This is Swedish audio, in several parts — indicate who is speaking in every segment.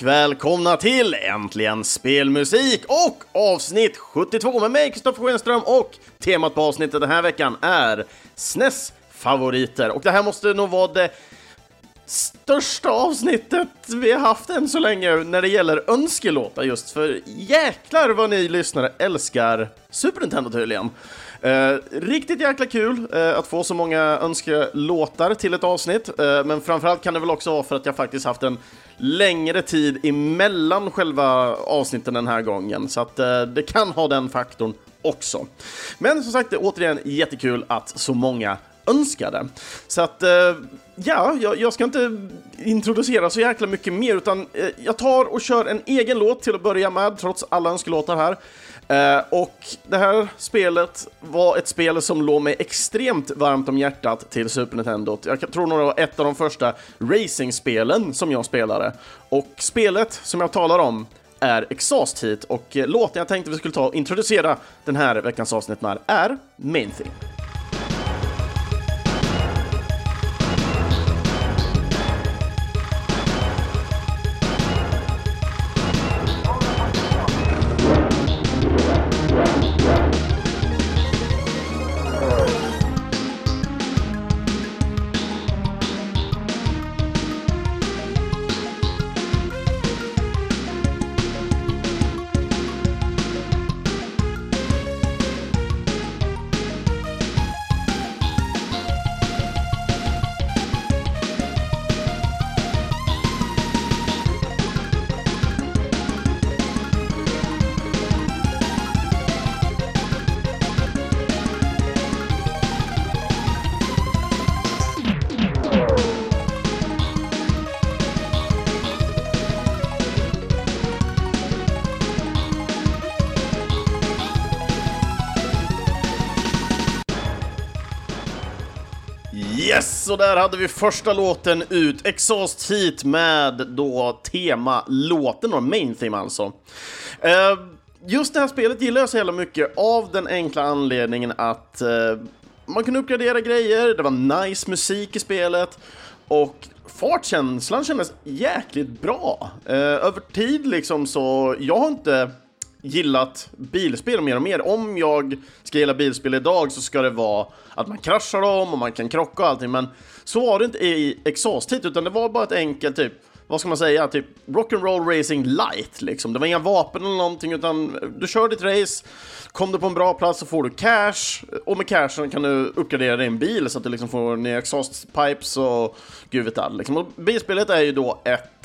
Speaker 1: och välkomna till Äntligen Spelmusik och avsnitt 72 med mig, Kristoffer Schenström, och temat på avsnittet den här veckan är SNES-favoriter. Och det här måste nog vara det största avsnittet vi har haft än så länge när det gäller önskelåtar, just för jäklar vad ni lyssnare älskar Super Nintendo tydligen. Riktigt jäkla kul att få så många önskelåtar till ett avsnitt, men framförallt kan det väl också vara för att jag faktiskt haft en längre tid emellan själva avsnitten den här gången, så att det kan ha den faktorn också. Men som sagt, det är återigen jättekul att så många önskade. Så att jag ska inte introducera så jäkla mycket mer, utan jag tar och kör en egen låt till att börja med, trots alla önskelåtar här. Och det här spelet var ett spel som låg mig extremt varmt om hjärtat till Super Nintendo. Jag tror nog det var ett av de första racingspelen som jag spelade. Och spelet som jag talar om är Exhaust Heat, och låten jag tänkte vi skulle ta och introducera den här veckans avsnitt med är Main Theme. Yes, så där hade vi första låten ut, Exhaust Heat, med då tema-låten och Main Theme alltså. Just det här spelet gillar jag så jävla mycket av den enkla anledningen att man kunde uppgradera grejer, det var nice musik i spelet och fartkänslan kändes jäkligt bra. Över tid liksom, så jag har inte gillat bilspel mer och mer. Om jag ska gilla bilspel idag så ska det vara att man kraschar dem och man kan krocka och allting, men så var det inte i Exhaust Heat, utan det var bara ett enkelt typ, vad ska man säga, typ rock'n'roll racing light liksom. Det var inga vapen eller någonting, utan du kör ditt race, kom du på en bra plats så får du cash, och med cashen kan du uppgradera din bil så att du liksom får nya exhaust pipes och gud vet all liksom. Och bilspelet är ju då ett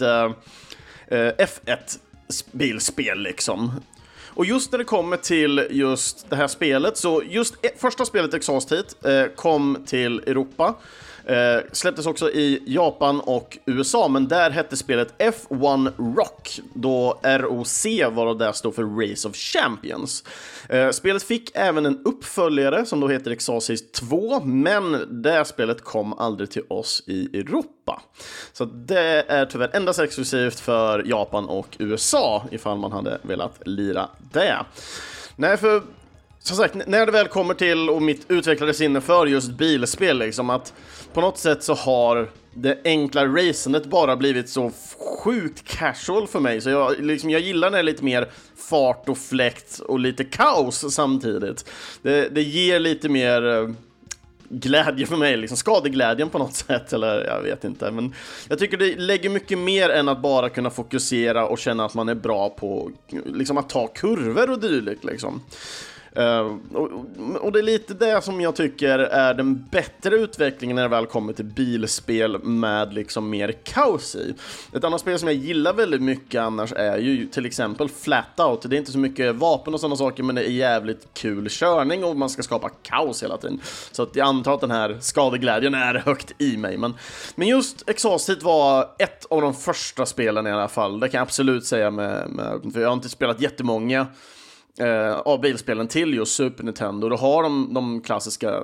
Speaker 1: F1 bilspel liksom. Och just när det kommer till just det här spelet, så just första spelet Exhaust Heat kom till Europa, släpptes också i Japan och USA, men där hette spelet F1 Rock, då ROC var det stod för Race of Champions. Spelet fick även en uppföljare som då heter Exhaust Heat 2, men det spelet kom aldrig till oss i Europa. Så det är tyvärr endast exklusivt för Japan och USA ifall man hade velat lira det. Nej, för som sagt, när det väl kommer till och mitt utvecklade sinne för just bilspel liksom, att på något sätt så har det enkla racandet bara blivit så sjukt casual för mig, så jag gillar när det är lite mer fart och fläkt och lite kaos samtidigt. Det ger lite mer glädje för mig, liksom skadeglädjen på något sätt, eller jag vet inte, men jag tycker det lägger mycket mer än att bara kunna fokusera och känna att man är bra på liksom att ta kurvor och dylikt liksom. Och det är lite det som jag tycker är den bättre utvecklingen när det väl kommer till bilspel med liksom mer kaos i. Ett annat spel som jag gillar väldigt mycket annars är ju till exempel Flatout. Det är inte så mycket vapen och sådana saker, men det är jävligt kul körning och man ska skapa kaos hela tiden. Så att jag antar att den här skadeglädjen är högt i mig. Men just Exhaust Heat var ett av de första spelen i alla fall. Det kan jag absolut säga för jag har inte spelat jättemånga av bilspelen till just Super Nintendo. Då har de klassiska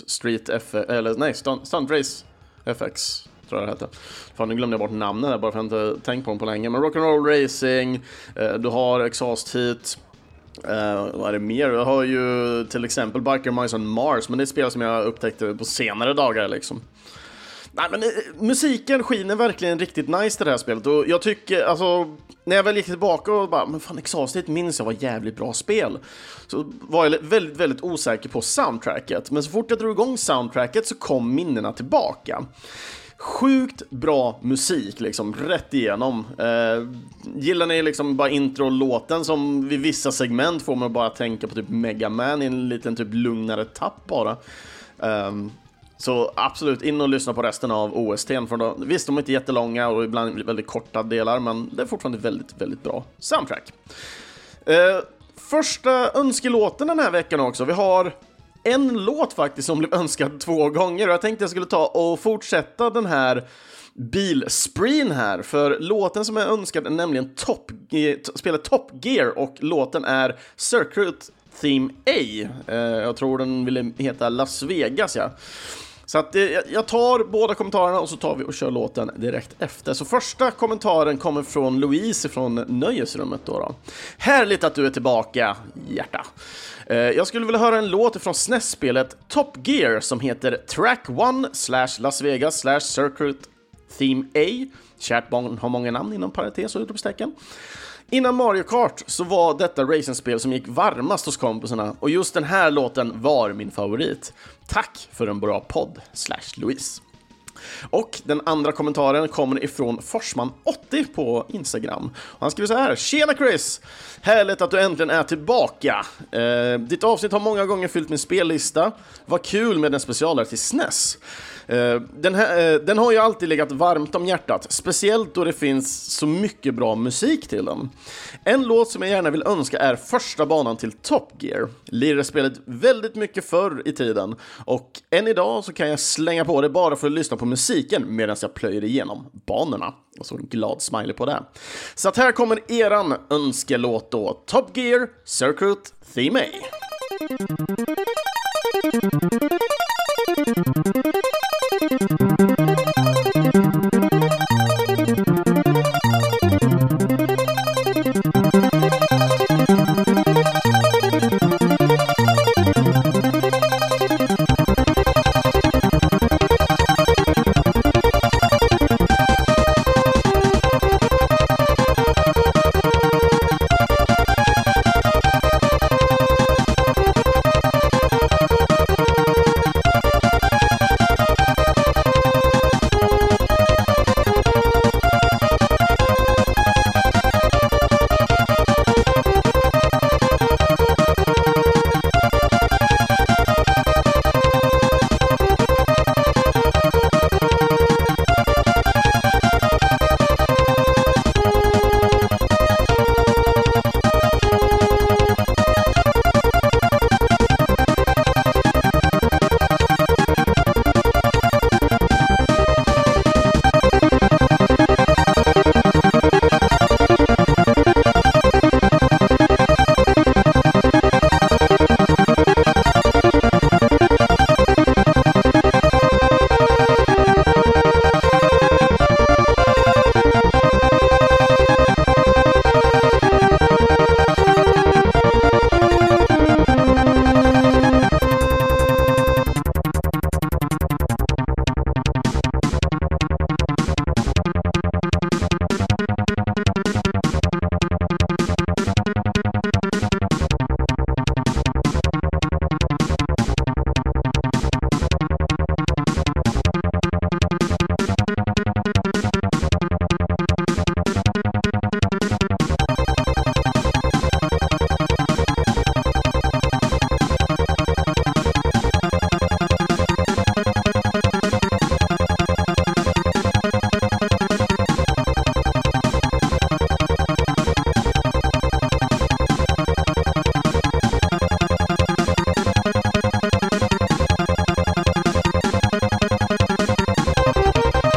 Speaker 1: Stunt Race FX tror jag det heter. Fan, nu glömde jag bort namnen där, bara för att jag inte tänkt på dem på länge. Men Rock'n'Roll Racing, du har Exhaust Heat, vad är det mer? Jag har ju till exempel Biker Mice on Mars, men det är ett spel som jag upptäckte på senare dagar liksom. Nej, men musiken skiner verkligen riktigt nice i det här spelet. Och jag tycker, alltså, när jag väl gick tillbaka och bara, men fan, Exhausted minns jag var jävligt bra spel. Så var jag väldigt, väldigt osäker på soundtracket. Men så fort jag drog igång soundtracket så kom minnena tillbaka. Sjukt bra musik, liksom, rätt igenom. Gillar ni liksom bara intro-låten som vid vissa segment får man bara tänka på typ Mega Man i en liten typ lugnare tapp bara. Så absolut, in och lyssna på resten av OST:n. För då, visst, de är inte jättelånga och ibland väldigt korta delar, men det är fortfarande väldigt, väldigt bra soundtrack. Första önskelåten den här veckan också. Vi har en låt faktiskt som blev önskad 2 gånger. Och jag tänkte jag skulle ta och fortsätta den här bilspreen här. För låten som är önskad är nämligen spelet Top Gear. Och låten är Circuit Theme A. Jag tror den ville heta Las Vegas, ja. Så att jag tar båda kommentarerna och så tar vi och kör låten direkt efter. Så första kommentaren kommer från Louise från Nöjesrummet då. Härligt att du är tillbaka, hjärta. Jag skulle vilja höra en låt från SNES-spelet Top Gear som heter Track 1/Las Vegas/Circuit Theme A. Kärt barn har många namn inom parentes och utropstecken. Innan Mario Kart så var detta racingspel som gick varmast hos kompisarna. Och just den här låten var min favorit. Tack för en bra podd, /Louise. Och den andra kommentaren kommer ifrån Forsman80 på Instagram. Och han skriver så här: Tjena Chris! Härligt att du äntligen är tillbaka. Ditt avsnitt har många gånger fyllt min spellista. Vad kul med den specialare till SNES. Den har ju alltid legat varmt om hjärtat, speciellt då det finns så mycket bra musik till den. En låt som jag gärna vill önska är första banan till Top Gear. Lirade spelet väldigt mycket förr i tiden, och än idag så kan jag slänga på det bara för att lyssna på musiken medan jag plöjer igenom banorna. Och så en glad smiley på det. Så att här kommer eran önskelåt då. Top Gear, Circuit Theme A.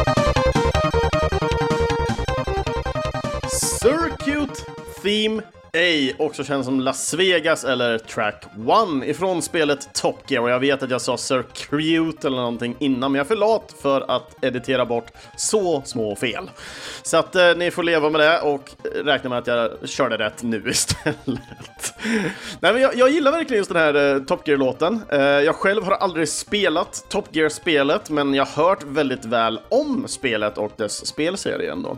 Speaker 1: Theme också känns som Las Vegas eller Track 1 ifrån spelet Top Gear. Och jag vet att jag sa Circuit eller någonting innan, men jag är för lat för att editera bort så små fel. Så att ni får leva med det och räkna med att jag körde rätt nu istället. Nej, men jag gillar verkligen just den här Top Gear-låten. Jag själv har aldrig spelat Top Gear-spelet, men jag har hört väldigt väl om spelet och dess spelserie ändå.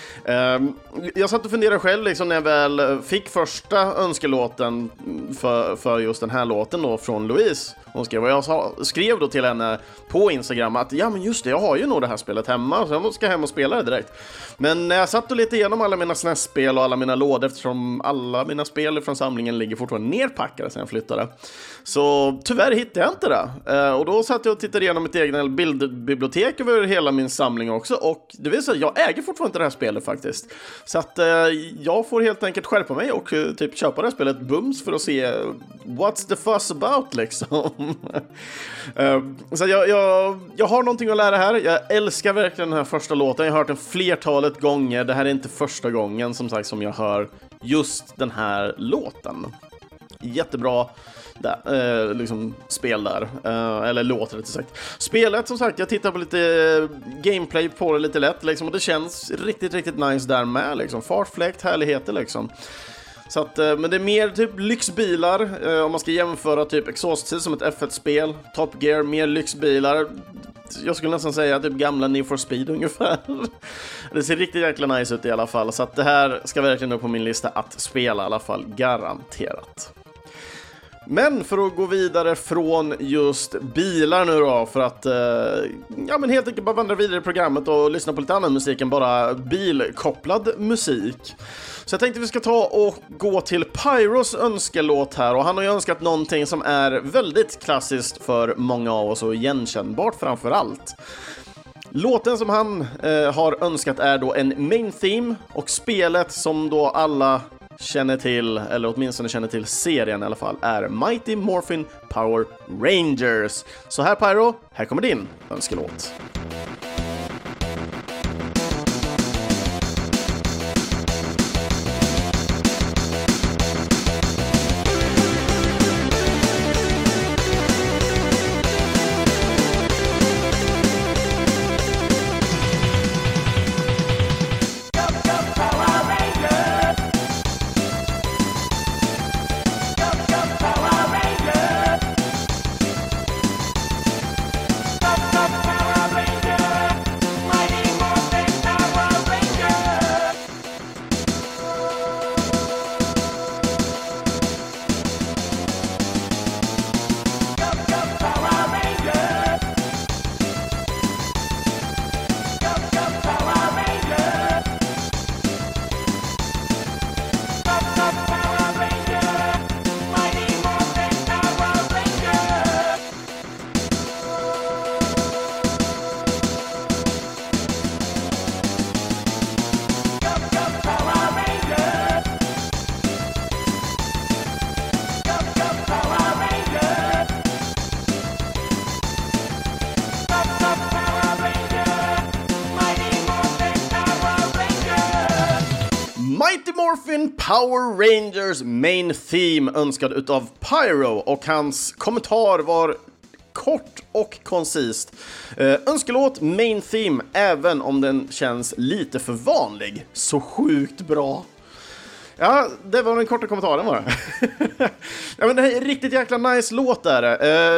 Speaker 1: Jag satt och funderade själv liksom, när jag väl fick första önskelåten för just den här låten då, från Louise. Hon skrev, och jag skrev då till henne på Instagram att ja, men just det, jag har ju nog det här spelet hemma, så jag ska hem och spela det direkt. Men när jag satt och lite igenom alla mina SNES-spel och alla mina lådor, eftersom alla mina spel från samlingen ligger fortfarande nerpackade sen jag flyttade, så tyvärr hittade jag inte det. Och då satt jag och tittade igenom mitt egna bildbibliotek över hela min samling också, och det vill säga att jag äger fortfarande inte det här spelet faktiskt. Så att jag får helt enkelt skärpa mig och typ köpa det här spelet bums för att se what's the fuss about liksom. Så jag har någonting att lära här. Jag älskar verkligen den här första låten. Jag har hört den flertalet gånger. Det här är inte första gången som sagt som jag hör just den här låten. Jättebra där, liksom spel där, eller låter rätt sagt. Spelet, som sagt, jag tittar på lite gameplay på det lite lätt liksom, och det känns riktigt, riktigt nice där med liksom. Fartfläkt, härligheter liksom. Så att, men det är mer typ lyxbilar, om man ska jämföra typ Exhaust som ett F1-spel, Top Gear, mer lyxbilar. Jag skulle nästan säga typ gamla Need for Speed ungefär. Det ser riktigt jäkla nice ut i alla fall, så att det här ska verkligen upp på min lista att spela i alla fall, garanterat. Men för att gå vidare från just bilar nu då, för att ja, men helt enkelt bara vandra vidare i programmet och lyssna på lite annan musik än bara bilkopplad musik. Så jag tänkte vi ska ta och gå till Pyros önskelåt här, och han har ju önskat någonting som är väldigt klassiskt för många av oss och igenkännbart framför allt. Låten som han har önskat är då en main theme, och spelet som då alla känner till, eller åtminstone känner till serien i alla fall, är Mighty Morphin Power Rangers. Så här Pyro, här kommer din önskelåt. Mighty Morphin Power Rangers main theme önskad utav Pyro, och hans kommentar var kort och koncist. Önskelåt main theme, även om den känns lite för vanlig. Så sjukt bra. Ja, det var den korta kommentaren bara. Ja, men det här är riktigt jäkla nice låt där.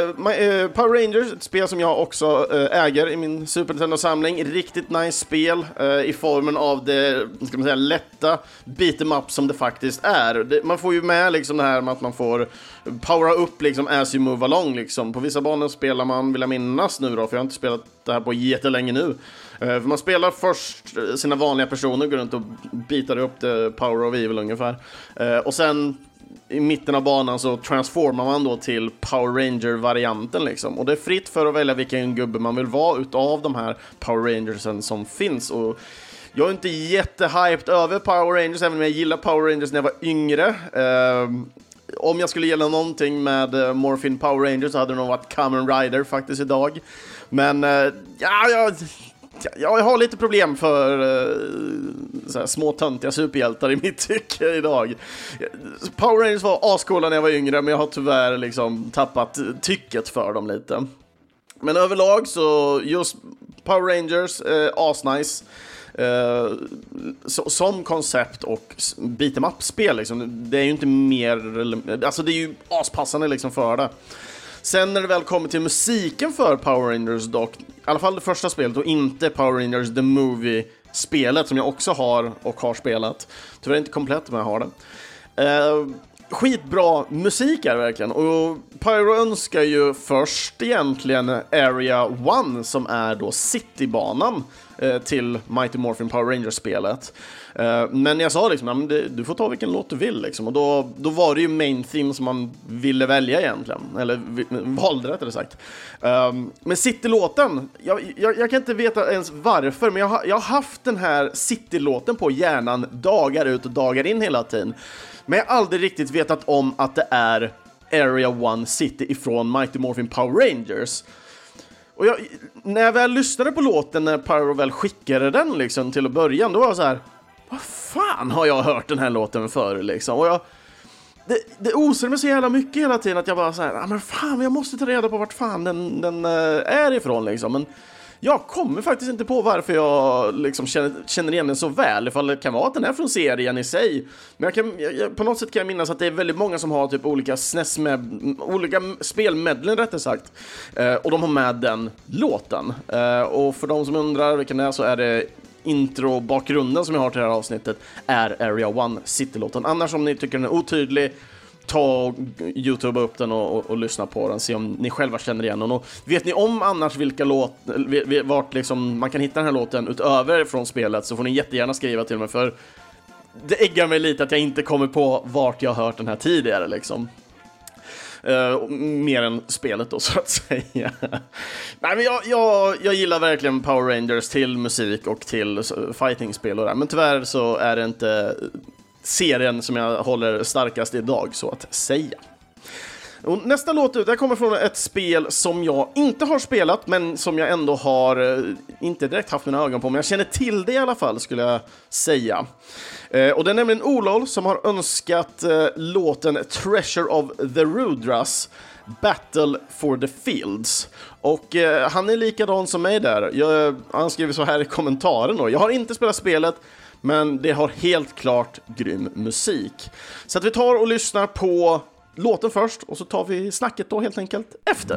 Speaker 1: Power Rangers, ett spel som jag också äger i min Super Nintendo-samling. Riktigt nice spel i formen av det, ska man säga, lätta beat'em up som det faktiskt är. Man får ju med liksom det här med att man får powera upp liksom as you move along liksom. På vissa banor spelar man, vill jag minnas nu då, för jag har inte spelat det här på jättelänge nu. För man spelar först sina vanliga personer, går runt och bitar upp det Power of Evil ungefär. Och sen i mitten av banan så transformar man då till Power Ranger-varianten liksom. Och det är fritt för att välja vilken gubbe man vill vara utav de här Power Rangersen som finns. Och jag är inte jättehyped över Power Rangers, även om jag gillar Power Rangers när jag var yngre. Om jag skulle gilla någonting med Morphin Power Rangers så hade det nog varit Kamen Rider faktiskt idag. Men ja, jag har lite problem för så här små töntiga superhjältar i mitt tycke idag. Power Rangers var ascoola när jag var yngre, men jag har tyvärr liksom tappat tycket för dem lite. Men överlag så just Power Rangers, asnice. Som koncept och beat 'em up-spel liksom. Det är ju inte mer, alltså det är ju aspassande liksom för det. Sen när det väl kommer till musiken för Power Rangers dock, i alla fall det första spelet och inte Power Rangers The Movie-spelet som jag också har och har spelat. Tyvärr inte komplett, men jag har det. Skitbra musik är verkligen. Och Pyro önskar ju först egentligen Area 1 som är då Citybanan till Mighty Morphin Power Rangers-spelet. Men jag sa liksom, du får ta vilken låt du vill liksom. Och då var det ju main theme som man ville välja egentligen. Eller valde rättare sagt. Men City-låten, jag kan inte veta ens varför, men jag har haft den här City-låten på hjärnan dagar ut och dagar in hela tiden. Men jag har aldrig riktigt vetat om att det är Area 1 City ifrån Mighty Morphin Power Rangers. Och när jag väl lyssnade på låten, när Pyro väl skickade den liksom till att början, då var jag så här: vad fan har jag hört den här låten för liksom? Och det osade mig så jävla mycket hela tiden att jag bara så här, men fan, jag måste ta reda på vart fan den är ifrån liksom. Men jag kommer faktiskt inte på varför jag liksom känner igen den så väl. Ifall det kan vara att den är från serien i sig. Men på något sätt kan jag minnas att det är väldigt många som har typ olika olika spelmedlen rättare sagt. Och de har med den låten. Och för de som undrar vilken det är, så är det intro-bakgrunden som jag har till det här avsnittet är Area 1 City-låten. Annars om ni tycker den är otydlig, ta och YouTube upp den och lyssna på den, se om ni själva känner igen den. Och vet ni om annars vilka vart liksom man kan hitta den här låten utöver från spelet, så får ni jättegärna skriva till mig, för det äggar mig lite att jag inte kommer på vart jag har hört den här tidigare liksom. Mer än spelet då, så att säga. Nej, men jag gillar verkligen Power Rangers till musik och till fighting-spel och där. Men tyvärr så är det inte serien som jag håller starkast idag, så att säga. Och nästa låt ut, det kommer från ett spel som jag inte har spelat, men som jag ändå har inte direkt haft mina ögon på, men jag känner till det i alla fall, skulle jag säga. Och det är nämligen Olol som har önskat låten Treasure of the Rudras, Battle for the Fields. Och han är likadan som mig där. Han skriver så här i kommentaren då: jag har inte spelat spelet, men det har helt klart grym musik. Så att vi tar och lyssnar på låten först, och så tar vi snacket då helt enkelt efter.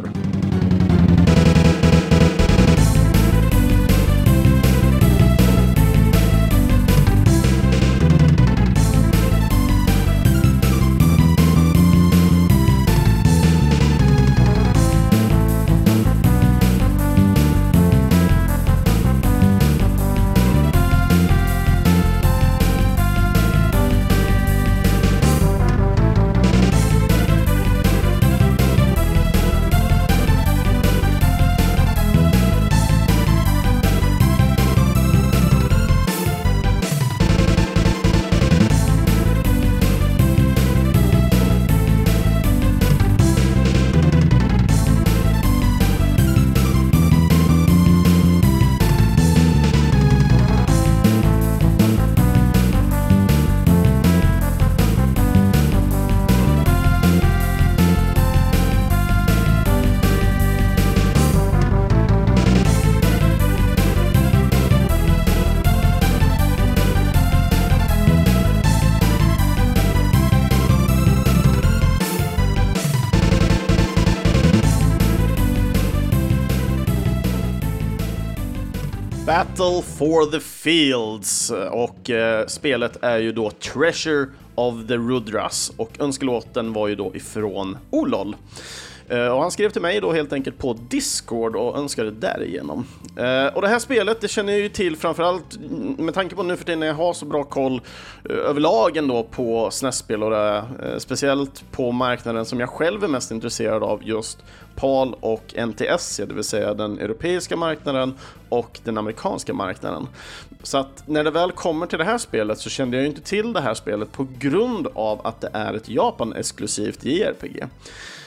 Speaker 1: Battle for the Fields, och spelet är ju då Treasure of the Rudras, och önskelåten var ju då ifrån Olol. Och han skrev till mig då helt enkelt på Discord och önskade därigenom. Och det här spelet, det känner jag ju till framförallt med tanke på nu för tiden när jag har så bra koll överlag ändå på SNES-spel, och det, speciellt på marknaden som jag själv är mest intresserad av, just PAL och NTS, det vill säga den europeiska marknaden och den amerikanska marknaden. Så att när det väl kommer till det här spelet så kände jag ju inte till det här spelet på grund av att det är ett Japan-exklusivt JRPG.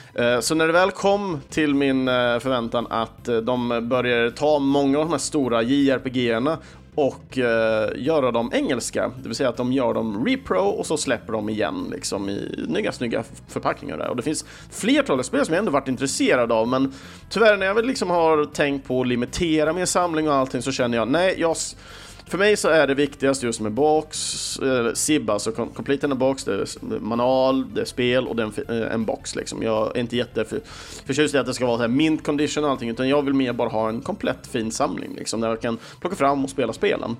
Speaker 1: Så när det väl kom till min förväntan att de började ta många av de här stora JRPG-erna och göra dem engelska, det vill säga att de gör dem repro och så släpper de igen liksom i snygga förpackningar där. Och det finns flertalet spel som jag ändå varit intresserad av, men tyvärr när jag väl liksom har tänkt på att limitera min samling och allting så känner jag, nej, för mig så är det viktigast just med box, SIB, alltså complete in a box, det är manual, det är spel och det är en box liksom. Jag är inte jätteförtjust i att det ska vara så här mint condition och allting, utan jag vill mer bara ha en komplett fin samling liksom, där jag kan plocka fram och spela spelen.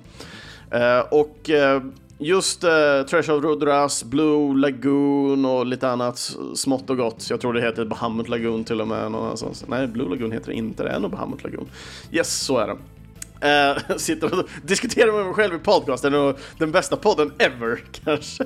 Speaker 1: Just Treasure of Rudras, Blue Lagoon och lite annat smått och gott. Jag tror det heter Bahamut Lagoon till och med. Nej, Blue Lagoon heter det inte, det är nog Bahamut Lagoon. Yes, så är det. Sitter och diskuterar med mig själv i podcasten och den bästa podden ever kanske.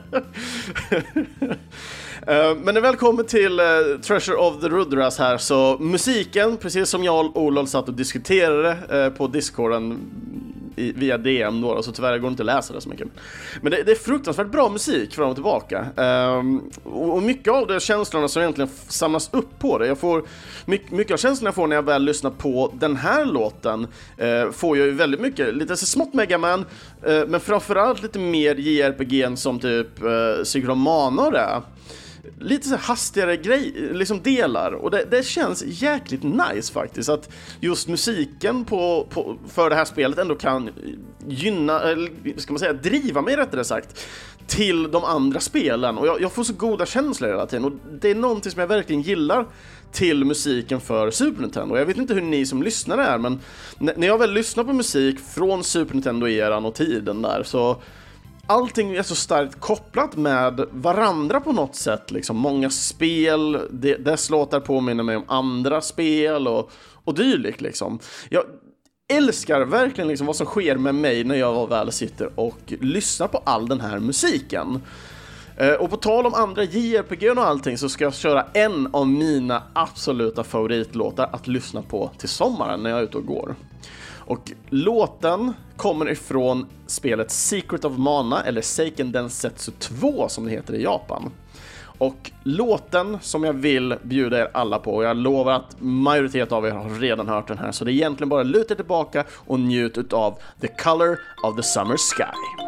Speaker 1: Men när väl kommer till Treasure of the Rudras här, så musiken, precis som jag och Olof satt och diskuterade på Discorden via DM då, så tyvärr går det inte att läsa det så mycket. Men det är fruktansvärt bra musik fram och tillbaka. Och mycket av de känslorna som egentligen samlas upp på det. Jag får mycket av känslorna jag får när jag väl lyssnar på den här låten, får jag ju väldigt mycket, lite så smått Mega Man, men framförallt lite mer JRPG som typ Secret of Mana det. Lite så hastigare liksom delar, och det känns jäkligt nice faktiskt att just musiken för det här spelet ändå kan gynna, eller ska man säga, driva mig rättare sagt till de andra spelen, och jag får så goda känslor hela tiden, och det är någonting som jag verkligen gillar till musiken för Super Nintendo. Jag vet inte hur ni som lyssnar är, men när jag väl lyssnar på musik från Super Nintendo-eran och tiden där, så allting är så starkt kopplat med varandra på något sätt liksom. Många spel, dess låtar påminner mig om andra spel och dylikt liksom. Jag älskar verkligen liksom vad som sker med mig när jag väl sitter och lyssnar på all den här musiken. Och på tal om andra JRPG och allting, så ska jag köra en av mina absoluta favoritlåtar att lyssna på till sommaren när jag är ute och går. Och låten kommer ifrån spelet Secret of Mana, eller Seiken Densetsu 2 som det heter i Japan. Och låten som jag vill bjuda er alla på, och jag lovar att majoritet av er har redan hört den här, så det är egentligen bara luta tillbaka och njut av The Color of the Summer Sky.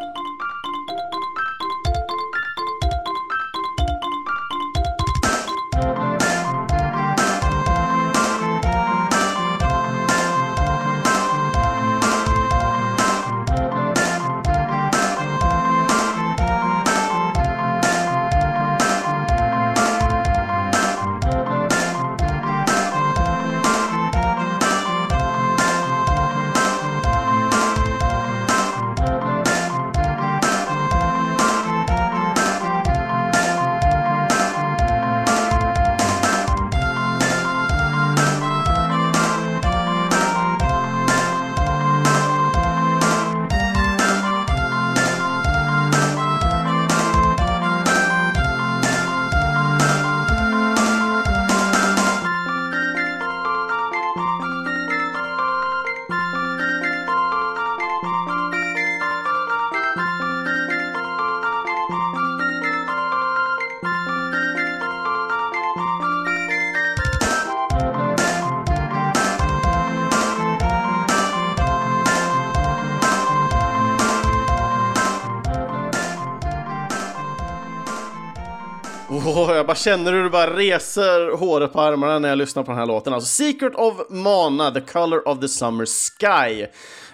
Speaker 1: Jag bara känner hur du bara reser håret på armarna när jag lyssnar på den här låten. Alltså Secret of Mana, The Color of the Summer Sky.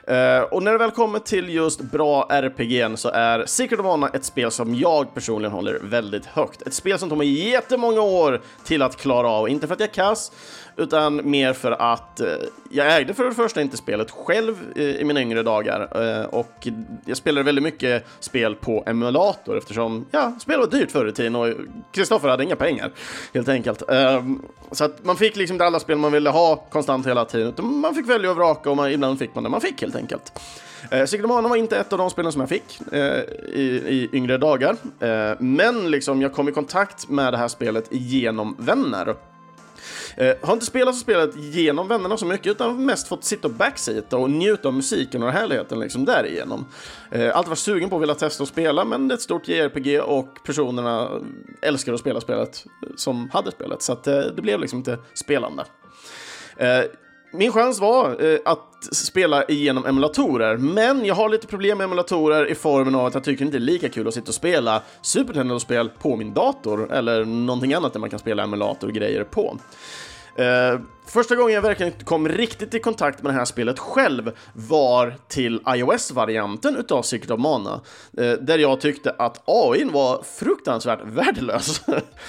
Speaker 1: Och när det väl kommer till just bra RPG'n så är Secret of Mana ett spel som jag personligen håller väldigt högt. Ett spel som tog mig jättemånga år till att klara av. Inte för att jag är kass, utan mer för att jag ägde för det första inte spelet själv i mina yngre dagar. Och jag spelade väldigt mycket spel på emulator eftersom spel var dyrt förr i tiden och Kristoffer hade inga pengar helt enkelt. Så att man fick liksom alla spel man ville ha konstant hela tiden. Man fick välja och vraka och ibland fick man det man fick helt enkelt. Secret of Mana var inte ett av de spelen som jag fick i yngre dagar. Men liksom jag kom i kontakt med det här spelet genom vänner. Har inte spelat så spelet genom vännerna så mycket, utan mest fått sitta och backseata och njuta av musiken och härligheten liksom därigenom. Alltid var sugen på att vilja testa och spela, men det är ett stort JRPG och personerna älskar att spela spelet som hade spelet, så att det blev liksom inte spelande. Min chans var att spela igenom emulatorer, men jag har lite problem med emulatorer i formen av att jag tycker det inte är lika kul att sitta och spela Super Nintendo-spel på min dator eller någonting annat där man kan spela emulator och grejer på. Första gången jag verkligen kom riktigt i kontakt med det här spelet själv var till iOS-varianten utav Secret of Mana, där jag tyckte att AI:n var fruktansvärt värdelös.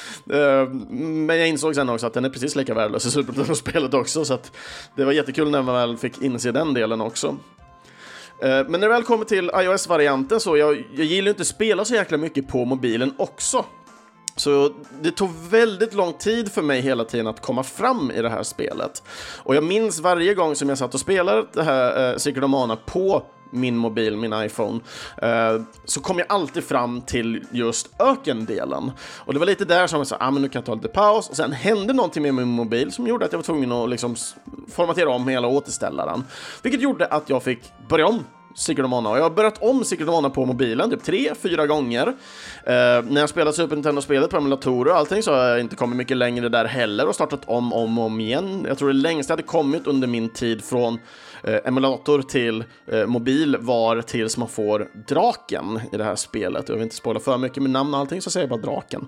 Speaker 1: Men jag insåg sen också att den är precis lika värdelös i Super Nintendo-spelet också, så att det var jättekul när man väl fick inse den delen också. Men när det väl kommer till iOS-varianten så jag gillar inte spela så jäkla mycket på mobilen också. Så det tog väldigt lång tid för mig hela tiden att komma fram i det här spelet. Och jag minns varje gång som jag satt och spelade det här Secret of Mana på min mobil, min iPhone, så kom jag alltid fram till just ökendelen. Och det var lite där som jag sa, men nu kan jag ta lite paus. Och sen hände någonting med min mobil som gjorde att jag var tvungen att liksom formatera om hela återställaren. Vilket gjorde att jag fick börja om Secret of Mana. Och jag har börjat om Secret of Mana på mobilen typ 3-4 gånger. När jag spelat Super Nintendo-spelet på emulatorer och allting så har jag inte kommit mycket längre där heller och startat om igen. Jag tror det längsta hade kommit under min tid från emulator till mobil var tills man får draken i det här spelet. Jag vill inte spoila för mycket med namn och allting, så säger jag bara draken.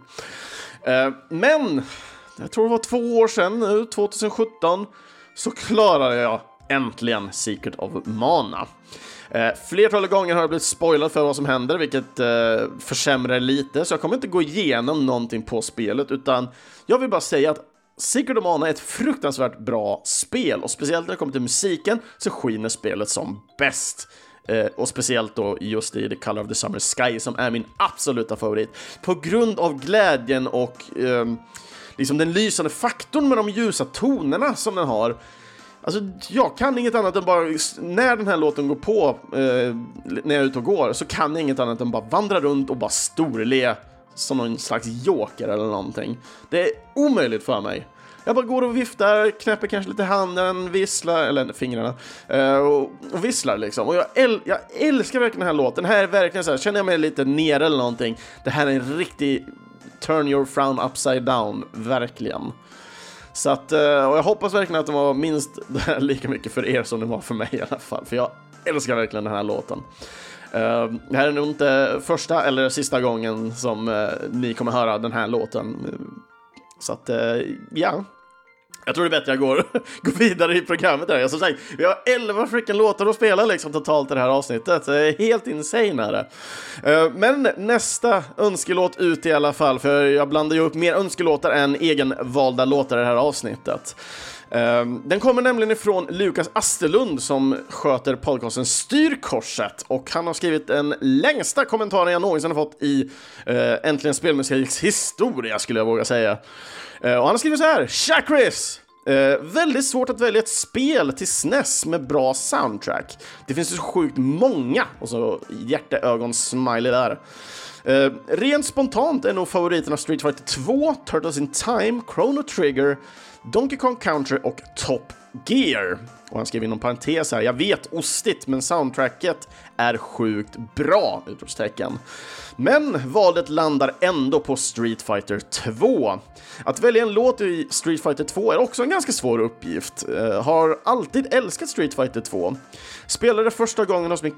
Speaker 1: Men jag tror det var 2 år sedan nu, 2017, så klarade jag äntligen Secret of Mana. Flertalet gånger har jag blivit spoilad för vad som händer, vilket försämrar lite, så jag kommer inte gå igenom någonting på spelet, utan jag vill bara säga att Secret of Mana är ett fruktansvärt bra spel, och speciellt när det kommer till musiken så skiner spelet som bäst. Och speciellt då just i The Color of the Summer Sky som är min absoluta favorit, på grund av glädjen och liksom den lysande faktorn med de ljusa tonerna som den har. Alltså, jag kan inget annat än bara, när den här låten går på, när jag är ute och går, så kan jag inget annat än bara vandra runt och bara storle som någon slags joker eller någonting. Det är omöjligt för mig. Jag bara går och viftar, knäpper kanske lite handen, visslar, eller fingrarna, och visslar liksom. Och jag älskar verkligen den här låten. Den här är verkligen så här, känner jag mig lite nere eller någonting, det här är en riktig turn your frown upside down, verkligen. Så att, och jag hoppas verkligen att det var minst lika mycket för er som det var för mig i alla fall. För jag älskar verkligen den här låten. Det här är nog inte första eller sista gången som ni kommer höra den här låten. Så att, ja. Jag tror det är bättre jag går vidare i programmet där. Som sagt, vi har 11 freaking låtar att spela liksom totalt i det här avsnittet. Det är helt insane här. Men nästa önskelåt ut i alla fall. För jag blandar ju upp mer önskelåtar än egenvalda låtar i det här avsnittet. Den kommer nämligen ifrån Lukas Asterlund som sköter podcasten Styrkorset, och han har skrivit den längsta kommentaren jag någonsin har fått i Äntligen Spelmusiks historia, skulle jag våga säga. Och han har skrivit så här: Tja Chris! Väldigt svårt att välja ett spel till SNES med bra soundtrack. Det finns ju så sjukt många. Och så hjärteögon-smiley där. Rent spontant är nog favoriterna Street Fighter 2, Turtles in Time, Chrono Trigger, Donkey Kong Country och Top Gear. Och han skrev inom parentes här: jag vet, ostigt, men soundtracket är sjukt bra! Utropstecken. Men valet landar ändå på Street Fighter 2. Att välja en låt i Street Fighter 2 är också en ganska svår uppgift. Har alltid älskat Street Fighter 2. Spelade första gången hos min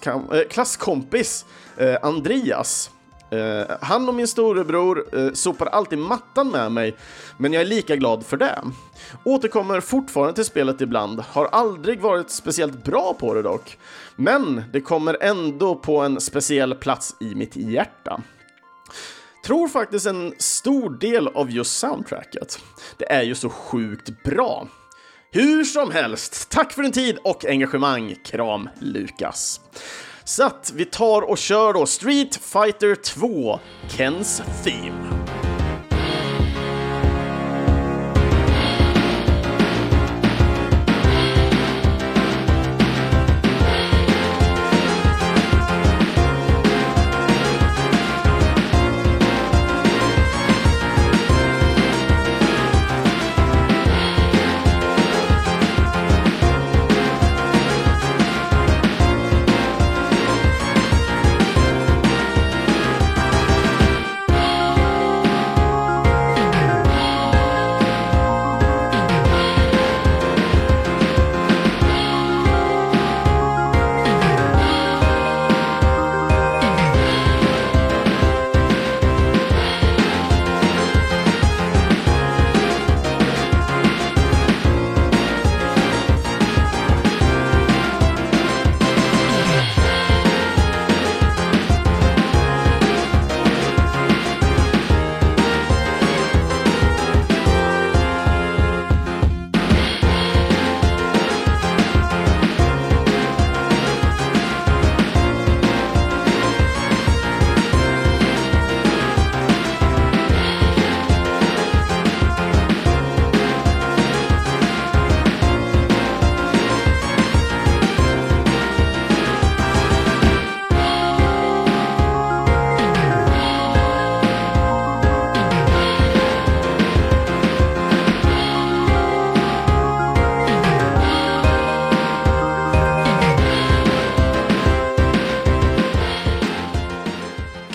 Speaker 1: klasskompis Andreas. Han och min storebror sopar alltid mattan med mig, men jag är lika glad för det. Återkommer fortfarande till spelet ibland. Har aldrig varit speciellt bra på det dock, men det kommer ändå på en speciell plats i mitt hjärta. Tror faktiskt en stor del av just soundtracket. Det är ju så sjukt bra. Hur som helst, tack för din tid och engagemang. Kram, Lukas. Så att vi tar och kör då Street Fighter 2, Kens Theme.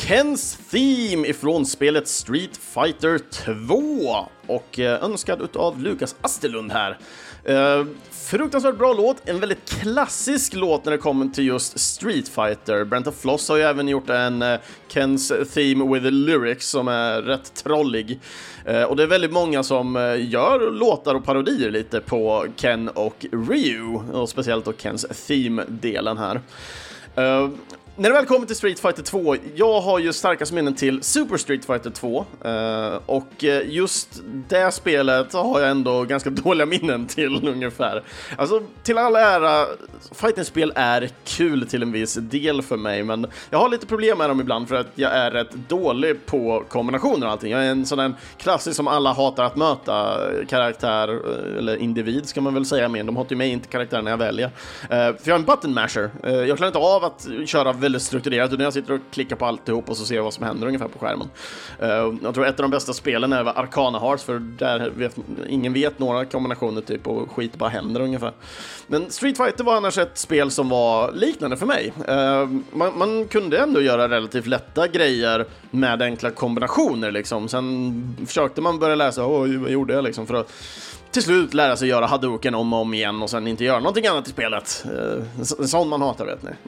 Speaker 1: Kens Theme ifrån spelet Street Fighter 2 och önskad utav Lukas Asterlund här. Fruktansvärt bra låt, en väldigt klassisk låt när det kommer till just Street Fighter. Brent of Floss har ju även gjort en Kens Theme with the lyrics som är rätt trollig. Och det är väldigt många som gör låtar och parodier lite på Ken och Ryu, och speciellt då Kens Theme-delen här. När det väl kommer till Street Fighter 2, jag har ju starkast minnen till Super Street Fighter 2 och just det spelet har jag ändå ganska dåliga minnen till ungefär. Alltså till all ära, fighting-spel är kul till en viss del för mig, men jag har lite problem med dem ibland för att jag är rätt dålig på kombinationer och allting. Jag är en sån där klassisk som alla hatar att möta, karaktär, eller individ ska man väl säga, men de hatar ju mig inte karaktären när jag väljer. För jag är en button masher, jag klarar inte av att köra väldigt strukturerat, utan jag sitter och klickar på alltihop och så ser jag vad som händer ungefär på skärmen. Jag tror ett av de bästa spelen är Arcana Hearts, för där ingen vet några kombinationer typ och skit bara händer ungefär. Men Street Fighter var annars ett spel som var liknande för mig. Man kunde ändå göra relativt lätta grejer med enkla kombinationer liksom. Sen försökte man börja läsa, vad gjorde jag liksom, för att till slut lära sig göra Hadouken om och om igen och sen inte göra någonting annat i spelet. Sån man hatar, vet ni.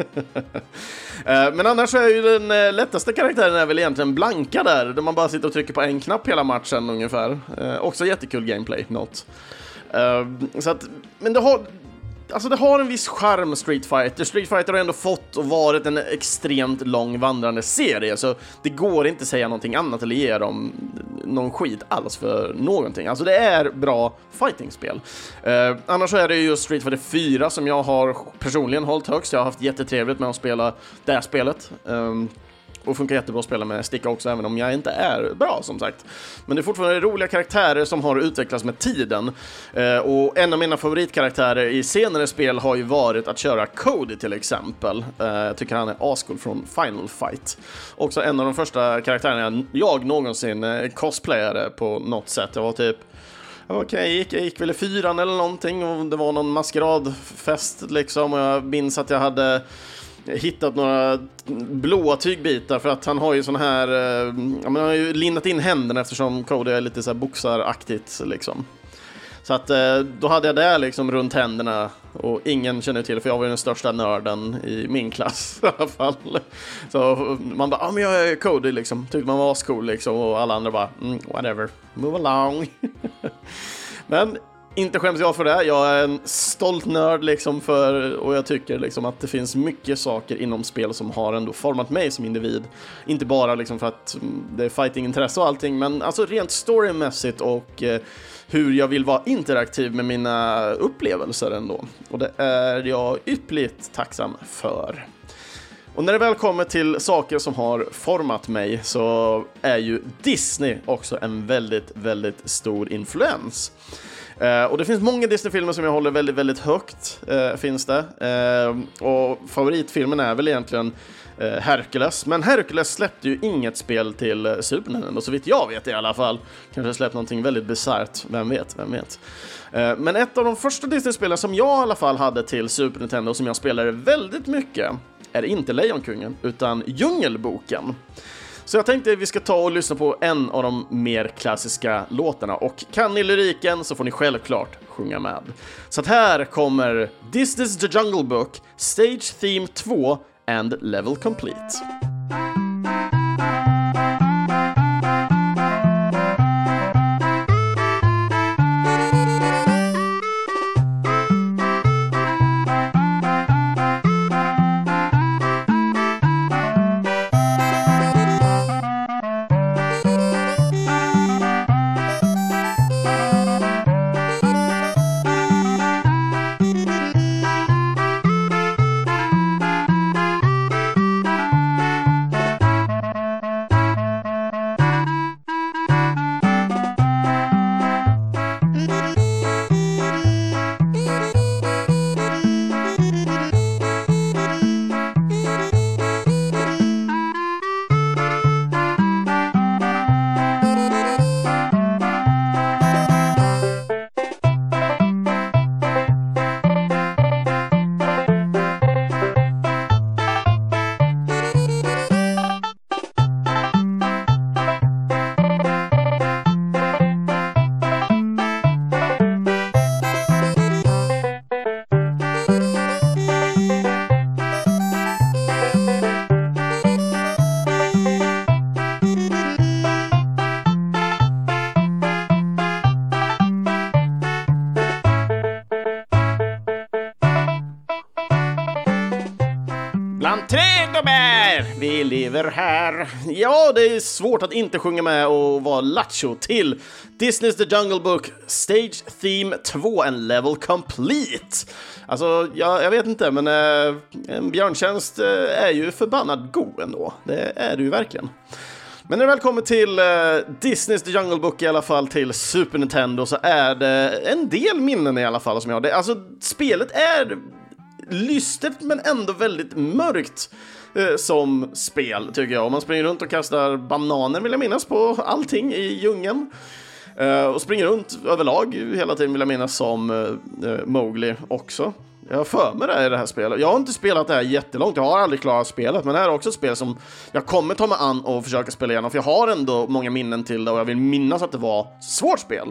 Speaker 1: Men annars är ju den lättaste karaktären är väl egentligen Blanka där man bara sitter och trycker på en knapp hela matchen ungefär. Också jättekul gameplay, så att, men det har en viss charm, Street Fighter. Street Fighter har ändå fått och varit en extremt lång vandrande serie, så det går inte säga någonting annat eller ge dem någon skit alls för någonting. Alltså det är bra fighting-spel. Annars så är det ju Street Fighter 4 som jag har personligen hållit högst. Jag har haft jättetrevligt med att spela det här spelet. Och funkar jättebra att spela med sticka också, även om jag inte är bra som sagt. Men det är fortfarande roliga karaktärer som har utvecklats med tiden. Och en av mina favoritkaraktärer i senare spel har ju varit att köra Cody till exempel. Jag tycker han är ascool från Final Fight. Också en av de första karaktärerna jag någonsin cosplayade på något sätt. Jag var typ... Okej, jag gick väl i 4 eller någonting och det var någon maskeradfest liksom. Och jag minns att jag hade hittat några blåa tygbitar för att han har ju sån här, han har ju lindat in händerna eftersom Cody är lite så här boxaraktigt liksom. Så att då hade jag det liksom runt händerna och ingen känner till, för jag var ju den största nörden i min klass i alla fall. Så man bara, men jag är Cody liksom, tyckte man var ascool liksom, och alla andra bara, whatever, move along. Men inte skäms jag för det. Jag är en stolt nörd liksom och jag tycker liksom att det finns mycket saker inom spel som har ändå format mig som individ. Inte bara liksom för att det är fighting-intresse och allting, men alltså rent storymässigt och hur jag vill vara interaktiv med mina upplevelser ändå. Och det är jag ypperligt tacksam för. Och när det väl kommer till saker som har format mig så är ju Disney också en väldigt, väldigt stor influens. Och det finns många Disney-filmer som jag håller väldigt, väldigt högt, finns det. Och favoritfilmen är väl egentligen Hercules. Men Hercules släppte ju inget spel till Super Nintendo, så vitt jag vet i alla fall. Kanske släppt någonting väldigt bizarrt, vem vet. Men ett av de första Disney-spelen som jag i alla fall hade till Super Nintendo, som jag spelade väldigt mycket, är inte Lejonkungen, utan Djungelboken. Så jag tänkte att vi ska ta och lyssna på en av de mer klassiska låtarna. Och kan ni lyriken så får ni självklart sjunga med. Så att här kommer This is the Jungle Book, Stage Theme 2 and Level Complete. Trädgårdar! Vi lever här. Ja, det är svårt att inte sjunga med och vara lattjo till Disney's The Jungle Book Stage Theme 2 and Level Complete. Alltså, jag vet inte, men en björntjänst är ju förbannad god ändå. Det är det ju verkligen. Men när det väl kommer till Disney's The Jungle Book, i alla fall till Super Nintendo, så är det en del minnen i alla fall som jag har. Alltså, spelet är lystet men ändå väldigt mörkt som spel, tycker jag. Och man springer runt och kastar bananer, vill jag minnas, på allting i djungeln. Och springer runt överlag hela tiden, vill jag minnas, som Mowgli också. Jag har för mig det i det här spelet. Jag har inte spelat det här jättelångt, jag har aldrig klarat spelet, men det här är också ett spel som jag kommer ta mig an och försöka spela igenom, för jag har ändå många minnen till det och jag vill minnas att det var svårt spel.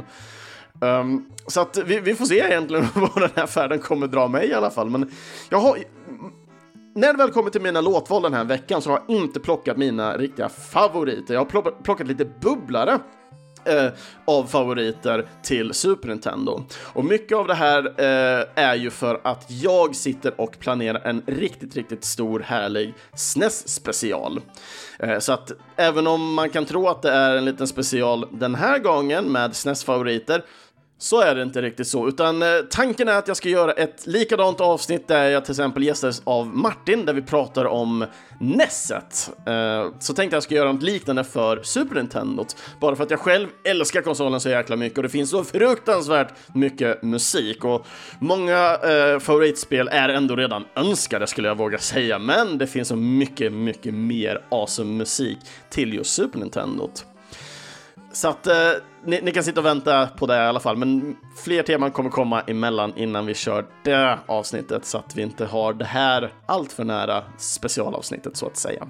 Speaker 1: Så att vi får se egentligen vad den här färden kommer dra mig i alla fall. Men jag har, när det väl kommer till mina låtval den här veckan, så har jag inte plockat mina riktiga favoriter. Jag har plockat lite bubblare av favoriter till Super Nintendo. Och mycket av det här är ju för att jag sitter och planerar en riktigt stor härlig SNES-special. Så att även om man kan tro att det är en liten special den här gången med SNES-favoriter, så är det inte riktigt så, utan tanken är att jag ska göra ett likadant avsnitt där jag till exempel gästades av Martin, där vi pratar om NESet. Så tänkte jag ska göra något liknande för Super Nintendo, bara för att jag själv älskar konsolen så jäkla mycket och det finns så fruktansvärt mycket musik, och många favoritspel är ändå redan önskade, skulle jag våga säga, men det finns så mycket mer awesome musik till just Super Nintendo. Så att ni kan sitta och vänta på det i alla fall, men fler teman kommer komma emellan innan vi kör det avsnittet, så att vi inte har det här allt för nära specialavsnittet, så att säga.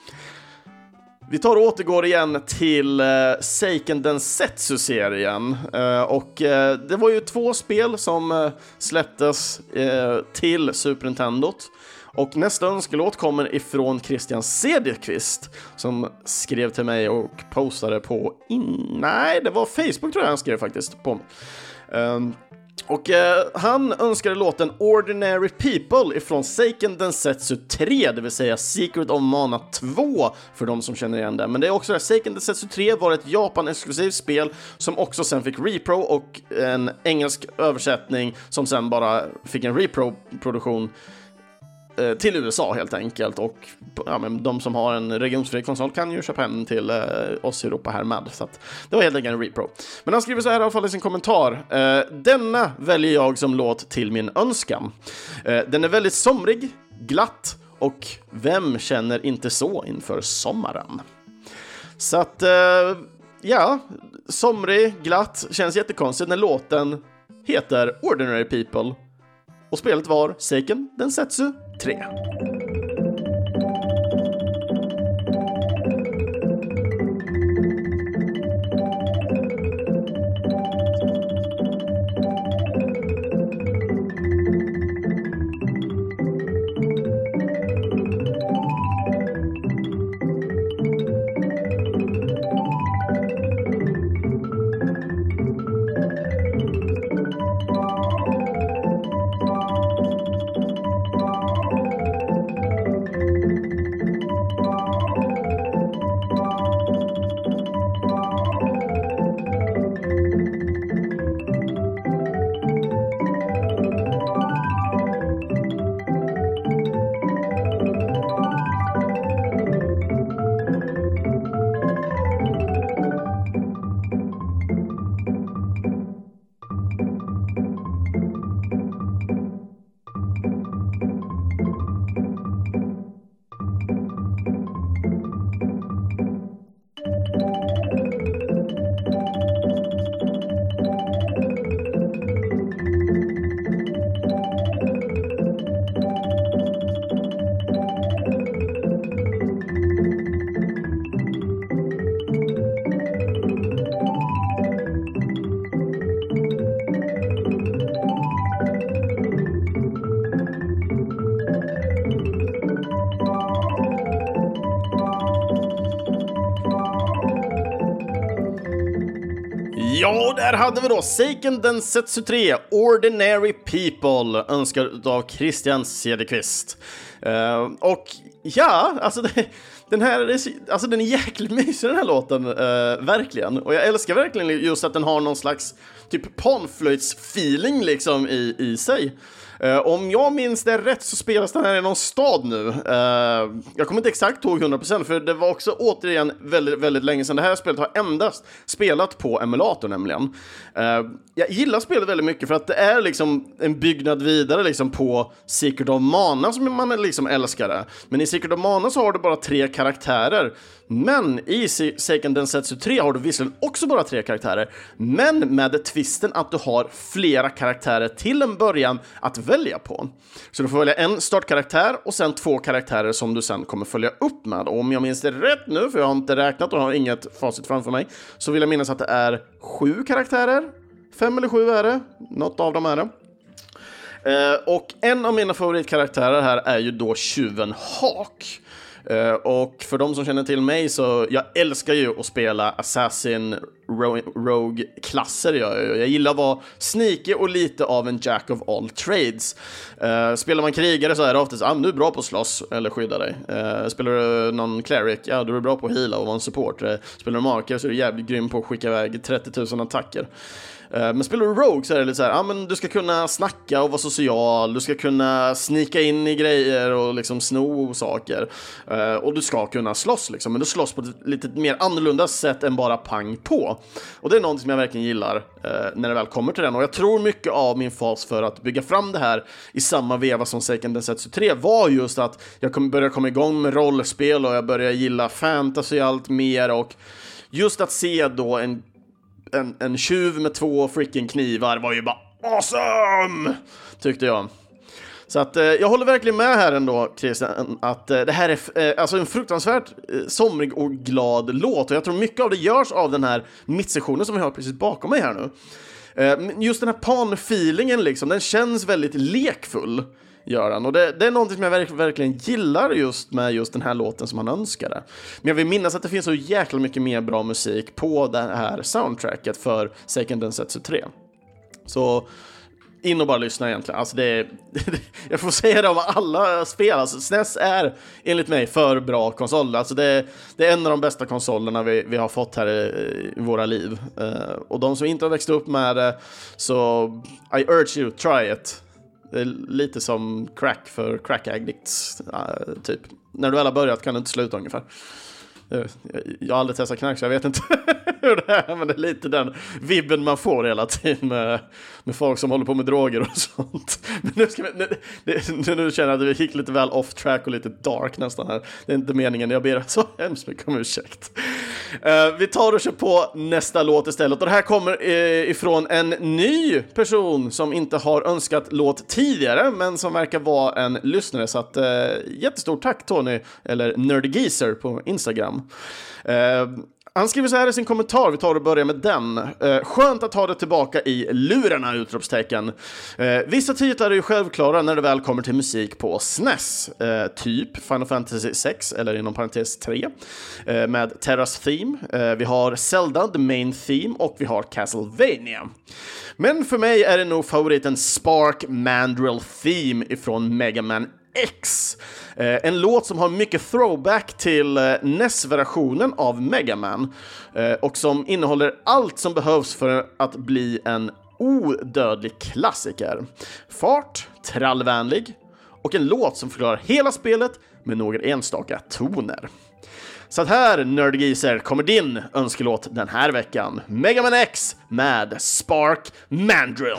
Speaker 1: Vi tar och återgår igen till Seiken Densetsu-serien, och det var ju 2 spel som släpptes till Super Nintendo. Och nästa önskelåt kommer ifrån Christian Cederqvist, som skrev till mig och postade på nej, det var Facebook tror jag han skrev faktiskt på. Och han önskade låten Ordinary People ifrån Seiken Densetsu 3, det vill säga Secret of Mana 2 för de som känner igen det. Men det är också det, Seiken Densetsu 3 var ett Japan-exklusivt spel som också sen fick repro och en engelsk översättning som sen bara fick en repro-produktion till USA helt enkelt, och ja, men de som har en regionsfri konsol kan ju köpa hem till oss i Europa här med, så att det var helt enkelt en repro. Men han skriver så här i alla fall i sin kommentar: denna väljer jag som låt till min önskan. Den är väldigt somrig, glatt, och vem känner inte så inför sommaren? Så att ja, somrig, glatt känns jättekonstigt när låten heter Ordinary People och spelet var Seiken Densetsu 3. Ja, där hade vi då Seiken Densetsu 3, Ordinary People, önskad av Christian Cederqvist. Och Ja, alltså den är jäkligt mysig den här låten, verkligen. Och jag älskar verkligen just att den har någon slags typ panflöjtsfeeling liksom i sig. Om jag minns det rätt så spelas den här i någon stad nu. Jag kommer inte exakt ihåg 100%, för det var också återigen väldigt, väldigt länge sedan. Det här spelet har endast spelat på emulator nämligen. Jag gillar spelet väldigt mycket för att det är liksom en byggnad vidare liksom på Secret of Mana som man liksom älskar det. Men i Secret of Mana så har du bara 3 karaktärer. Men i Seiken Densetsu 3 har du visserligen också bara 3 karaktärer, men med twisten att du har flera karaktärer till en början att välja på. Så du får välja en startkaraktär och sen 2 karaktärer som du sen kommer följa upp med. Och om jag minns det rätt nu, för jag har inte räknat och har inget facit framför mig, så vill jag minnas att det är 7 karaktärer. 5 eller 7 är det. Något av dem är det. Och en av mina favoritkaraktärer här är ju då tjuven Hawk. Och för de som känner till mig så jag älskar ju att spela Assassin Rogue-klasser. Jag gillar att vara sneaky och lite av en jack of all trades. Spelar man krigare så är det oftast du är bra på att slåss eller skydda dig. Spelar du någon cleric, ja du är bra på att heala och vara en support. Spelar du marker så är du jävligt grym på att skicka iväg 30 000 attacker. Men spelar du Rogue så är det lite så här, men du ska kunna snacka och vara social, du ska kunna snika in i grejer och liksom sno saker, och du ska kunna slåss liksom, men du slåss på ett lite mer annorlunda sätt än bara pang på. Och det är något som jag verkligen gillar när det väl kommer till den, och jag tror mycket av min fas för att bygga fram det här i samma veva som Seiken Densetsu 3 var just att jag började komma igång med rollspel och jag började gilla fantasy allt mer, och just att se då en tjuv med 2 freaking knivar var ju bara awesome, tyckte jag. Så att jag håller verkligen med här ändå, Christian, att det här är alltså en fruktansvärt somrig och glad låt. Och jag tror mycket av det görs av den här mittsektionen som vi har precis bakom mig här nu. Just den här pan-feelingen liksom, den känns väldigt lekfull, gör han. Och det är någonting som jag verkligen gillar just med just den här låten som han önskade. Men jag vill minnas att det finns så jäkla mycket mer bra musik på det här soundtracket för Seiken Densetsu 3. Så in och bara lyssna egentligen. Alltså jag får säga det om alla spel. Alltså SNES är enligt mig för bra konsol. Alltså det är en av de bästa konsolerna vi har fått här i våra liv. Och de som inte har växt upp med det, så I urge you, try it. Det är lite som crack för crack addicts, typ. När du väl har börjat kan du inte sluta ungefär. Jag har aldrig testat knark så jag vet inte hur det är, men det är lite den vibben man får hela tiden med folk som håller på med droger och sånt. Men nu känner jag att vi gick lite väl off track och lite dark nästan här. Det är inte meningen, jag ber så hemskt mycket om ursäkt. Vi tar och kör på nästa låt istället, och det här kommer ifrån en ny person som inte har önskat låt tidigare, men som verkar vara en lyssnare, så att jättestort tack Tony, eller Nerdygeezer på Instagram. Han skriver så här i sin kommentar, vi tar och börjar med den. Skönt att ha det tillbaka i lurarna, utropstecken. Vissa titlar är ju självklara när det väl kommer till musik på SNES. Typ Final Fantasy 6, eller inom parentes 3, med Terras Theme. Vi har Zelda, The Main Theme, och vi har Castlevania. Men för mig är det nog favoriten Spark Mandrill Theme ifrån Mega Man X. En låt som har mycket throwback till NES-versionen av Mega Man, och som innehåller allt som behövs för att bli en odödlig klassiker. Fart, trallvänlig och en låt som förklarar hela spelet med några enstaka toner. Så att här, Nerdygeezer, kommer din önskelåt den här veckan. Mega Man X med Spark Mandrill.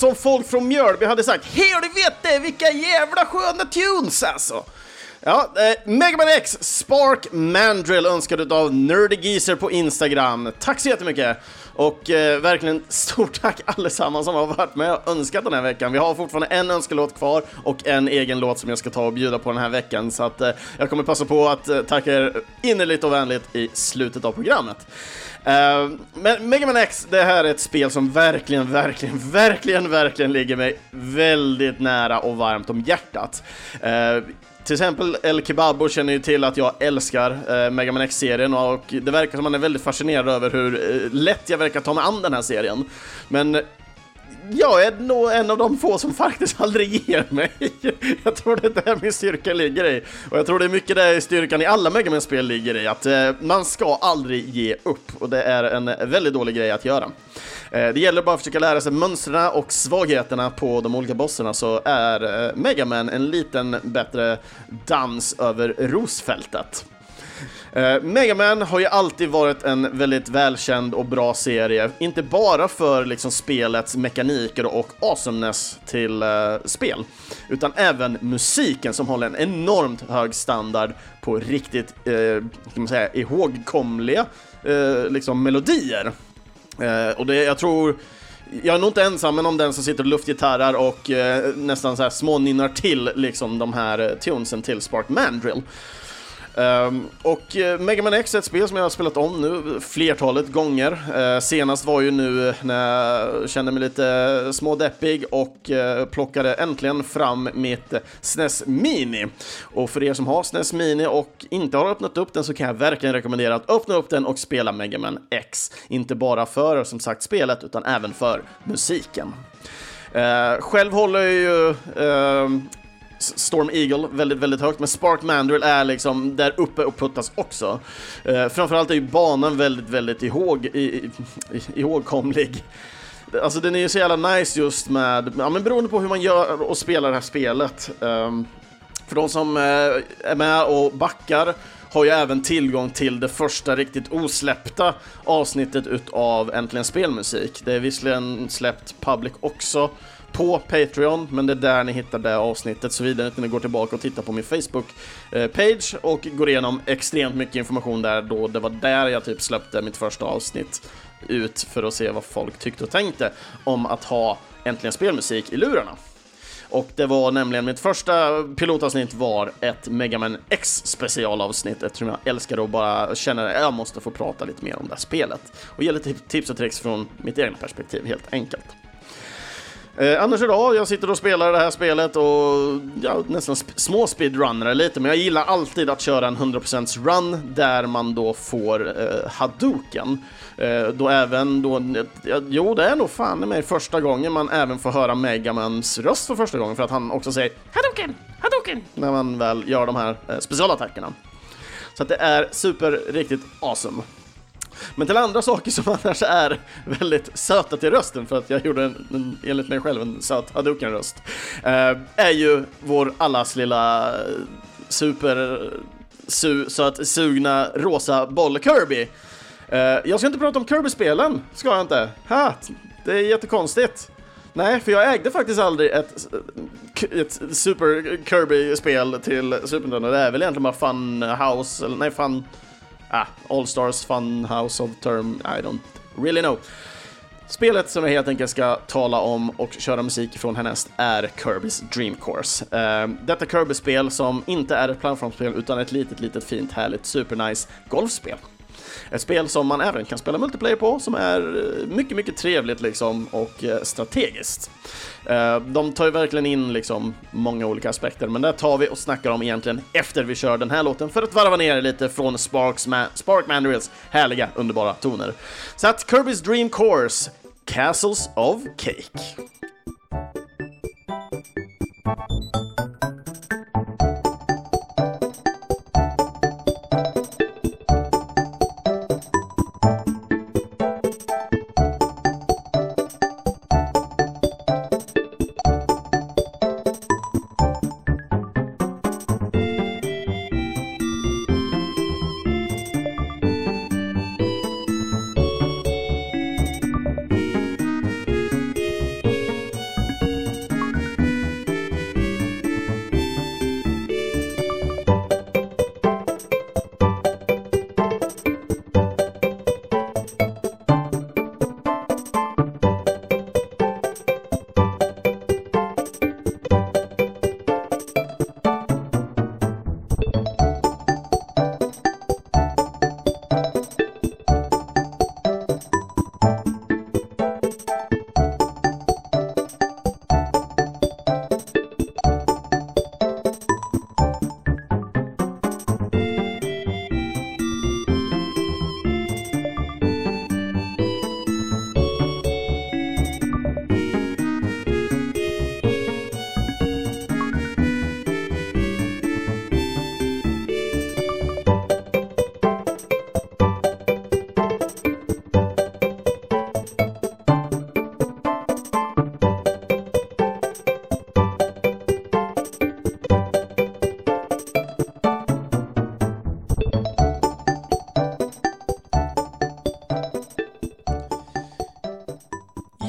Speaker 1: som folk från Mjölby hade sagt. Helvete, vilka jävla sköna tunes alltså! Ja, Mega Man X Spark Mandrill önskad av Nerdy Geezer på Instagram. Tack så jättemycket! Och verkligen stort tack allesammans som har varit med och önskat den här veckan. Vi har fortfarande en önskelåt kvar och en egen låt som jag ska ta och bjuda på den här veckan. Så att jag kommer passa på att tacka er innerligt och vänligt i slutet av programmet. Men Mega Man X, det här är ett spel som verkligen ligger mig väldigt nära och varmt om hjärtat. Till exempel El Kebabo känner ju till att jag älskar Mega Man X-serien och det verkar som man är väldigt fascinerad över hur lätt jag verkar ta mig an den här serien. Men jag är nog en av de få som faktiskt aldrig ger mig. Jag tror det är där min styrka ligger i. Och jag tror det är mycket där styrkan i alla Mega Man-spel ligger i. Att man ska aldrig ge upp. Och det är en väldigt dålig grej att göra. Det gäller bara att försöka lära sig mönstren och svagheterna på de olika bossarna, så är Mega Man en liten bättre dans över rosfältet. Mega Man har ju alltid varit en väldigt välkänd och bra serie, inte bara för liksom spelets mekaniker och awesomeness till spel, utan även musiken som håller en enormt hög standard på riktigt kan man säga, ihågkomliga liksom melodier. Och det, jag är nog inte ensam om den som sitter och luftgitarrar och nästan så här smånynnar till liksom de här tunesen till Spark Mandrill. Och Mega Man X är ett spel som jag har spelat om nu flertalet gånger. Senast var ju nu när jag kände mig lite smådeppig och plockade äntligen fram mitt SNES Mini. Och för er som har SNES Mini och inte har öppnat upp den, så kan jag verkligen rekommendera att öppna upp den och spela Mega Man X. Inte bara för, som sagt, spelet, utan även för musiken. Själv håller jag ju Storm Eagle väldigt högt, men Spark Mandrill är liksom där uppe och puttas också. Framförallt är ju banan väldigt ihågkomlig. Alltså den är ju så jävla nice just med, ja, men beroende på hur man gör och spelar det här spelet. För de som är med och backar har ju även tillgång till det första riktigt osläppta avsnittet utav Äntligen Spelmusik. Det är visserligen släppt public också på Patreon, men det är där ni hittar det avsnittet, så vidare att ni går tillbaka och tittar på min Facebook-page och går igenom extremt mycket information där. Då det var där jag typ släppte mitt första avsnitt ut för att se vad folk tyckte och tänkte om att ha Äntligen Spelmusik i lurarna. Och det var nämligen mitt första pilotavsnitt var ett Mega Man X specialavsnitt, eftersom jag älskar att bara känna att jag måste få prata lite mer om det här spelet och ge lite tips och tricks från mitt egna perspektiv, helt enkelt. Annars idag, jag sitter och spelar det här spelet och nästan små speedrunnare lite, men jag gillar alltid att köra en 100% run där man då får Hadouken. Det är nog fan med första gången man även får höra Megamans röst för första gången, för att han också säger Hadouken när man väl gör de här specialattackerna. Så att det är riktigt awesome. Men till andra saker som annars är väldigt söta till rösten, för att jag gjorde enligt mig själv en söt Hadouken-röst, är ju vår allas lilla söt sugna rosa boll Kirby. Jag ska inte prata om Kirby-spelen, ska jag inte. Det är jättekonstigt. Nej, för jag ägde faktiskt aldrig ett Super Kirby-spel till Super Nintendo. Det är väl egentligen bara Fun House, eller nej, All Stars Fun House of Term, I don't really know. Spelet som jag helt enkelt ska tala om och köra musik från härnäst är Kirby's Dream Course. Detta Kirby-spel som inte är ett plattformsspel utan ett litet fint, härligt, supernice golfspel. Ett spel som man även kan spela multiplayer på, som är mycket trevligt liksom, och strategiskt. De tar ju verkligen in liksom många olika aspekter, men det tar vi och snackar om egentligen efter vi kör den här låten, för att varva ner lite från Spark Mandrills härliga, underbara toner. Så att Kirby's Dream Course, Castles of Cake.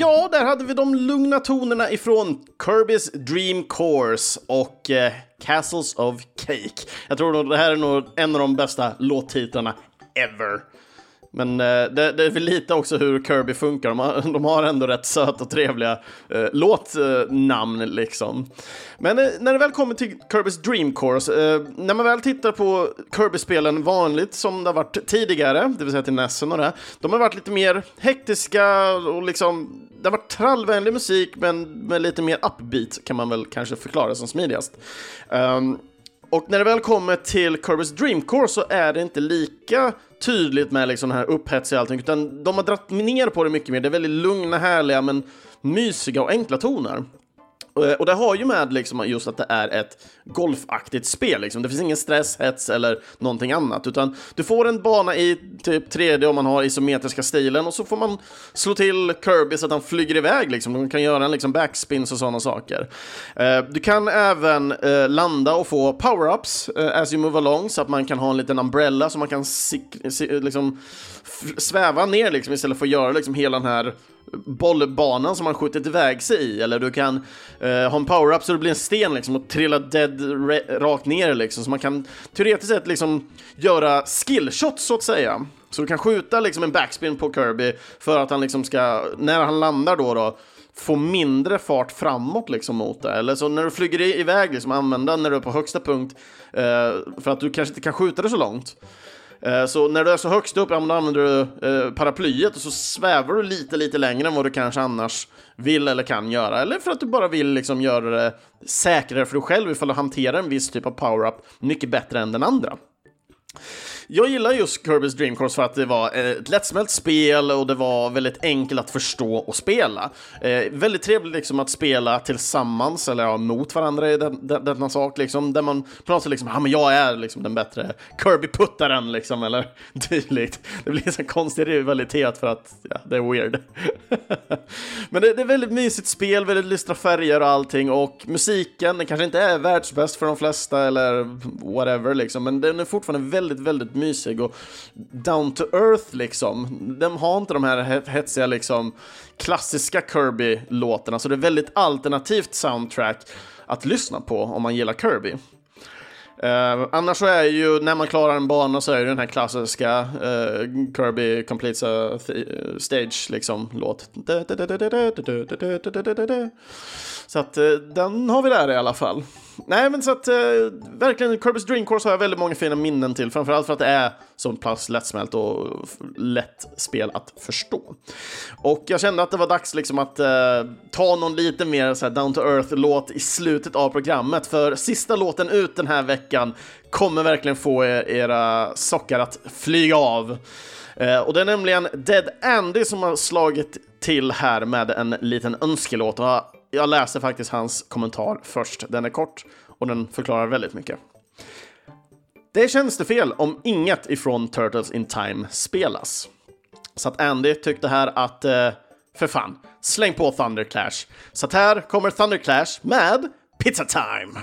Speaker 1: Ja, där hade vi de lugna tonerna ifrån Kirby's Dream Course och Castles of Cake. Jag tror nog det här är nog en av de bästa låttitlarna ever. Men det är väl lite också hur Kirby funkar. De har ändå rätt söta och trevliga låtnamn liksom. Men när det väl kommer till Kirby's Dream Course, när man väl tittar på Kirby-spelen vanligt som det har varit tidigare, det vill säga till Nessen och det, de har varit lite mer hektiska och liksom, det har varit trallvänlig musik men med lite mer upbeat kan man väl kanske förklara som smidigast. Och när det väl kommer till Kirby's Dream Course så är det inte lika tydligt med liksom den här upphetsningen och allting, utan de har dratt ner på det mycket mer. Det är väldigt lugna, härliga men mysiga och enkla toner. Och det har ju med liksom just att det är ett golfaktigt spel liksom. Det finns ingen stress, hets eller någonting annat, utan du får en bana i typ 3D om man har isometriska stilen, och så får man slå till Kirby så att han flyger iväg liksom. Man kan göra en liksom backspins och sådana saker. Du kan även landa och få power-ups as you move along, så att man kan ha en liten umbrella så man kan liksom sväva ner liksom, istället för att göra liksom hela den här bollbanan som man skjutit iväg sig i. Eller du kan ha en power-up så det blir en sten liksom och trilla dead rakt ner liksom. Så man kan teoretiskt sett liksom göra skillshots så att säga. Så du kan skjuta liksom en backspin på Kirby för att han liksom ska, när han landar då få mindre fart framåt liksom mot det. Eller så när du flyger iväg liksom, använda när du är på högsta punkt för att du kanske inte kan skjuta det så långt. Så när du är så högst upp, använder du paraplyet och så svävar du lite längre än vad du kanske annars vill eller kan göra. Eller för att du bara vill liksom göra det säkrare för dig själv ifall du hanterar en viss typ av power-up mycket bättre än den andra. Jag gillar just Kirby's Dream Course för att det var ett lättsmält spel och det var väldigt enkelt att förstå och spela. Väldigt trevligt liksom att spela tillsammans eller mot varandra i denna sak liksom, där man på något sätt liksom, men jag är liksom den bättre Kirby-puttaren liksom, eller dylikt. Det blir en sån konstig rivalitet för att det är weird. Men det är väldigt mysigt spel, väldigt lystra färger och allting, och musiken, den kanske inte är världsbäst för de flesta eller whatever liksom, men den är fortfarande väldigt mysig och down to earth liksom. De har inte de här hetsiga liksom klassiska Kirby-låtarna, så det är väldigt alternativt soundtrack att lyssna på om man gillar Kirby. Annars så är ju, när man klarar en bana så är det den här klassiska Kirby Completes a Stage liksom låt. Så att den har vi där i alla fall. Nej, men så att verkligen Kirby's Dream Course har jag väldigt många fina minnen till, framförallt för att det är så pass lättsmält och lätt spel att förstå. Och jag kände att det var dags liksom att ta någon lite mer så här down to earth låt i slutet av programmet, för sista låten ut den här veckan kommer verkligen få era sockar att flyga av. Och det är nämligen Dead Andy som har slagit till här med en liten önskelåt, och jag läser faktiskt hans kommentar först. Den är kort och den förklarar väldigt mycket. Det är tjänstefel om inget ifrån Turtles in Time spelas. Så att Andy tyckte här att för fan, släng på Thunder Clash. Så att här kommer Thunder Clash med Pizza Time.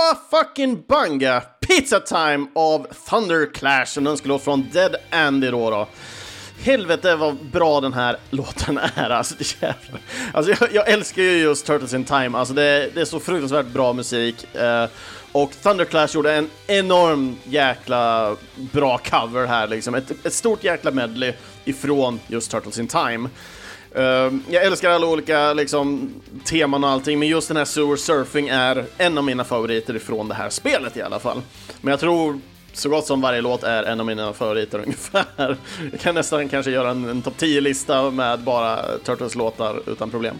Speaker 1: Cowabunga Bunga Pizza Time av Thunderclash, en önskelåt från Dead Andy då. Helvete vad bra den här låten är, alltså, jag älskar ju just Turtles in Time, alltså det är så fruktansvärt bra musik, och Thunderclash gjorde en enorm jäkla bra cover här liksom, ett stort jäkla medley ifrån just Turtles in Time. Jag älskar alla olika liksom, teman och allting, men just den här Sewer Surfing är en av mina favoriter ifrån det här spelet i alla fall. Men jag tror så gott som varje låt är en av mina favoriter ungefär. Jag kan nästan kanske göra en topp 10-lista med bara Turtles-låtar utan problem.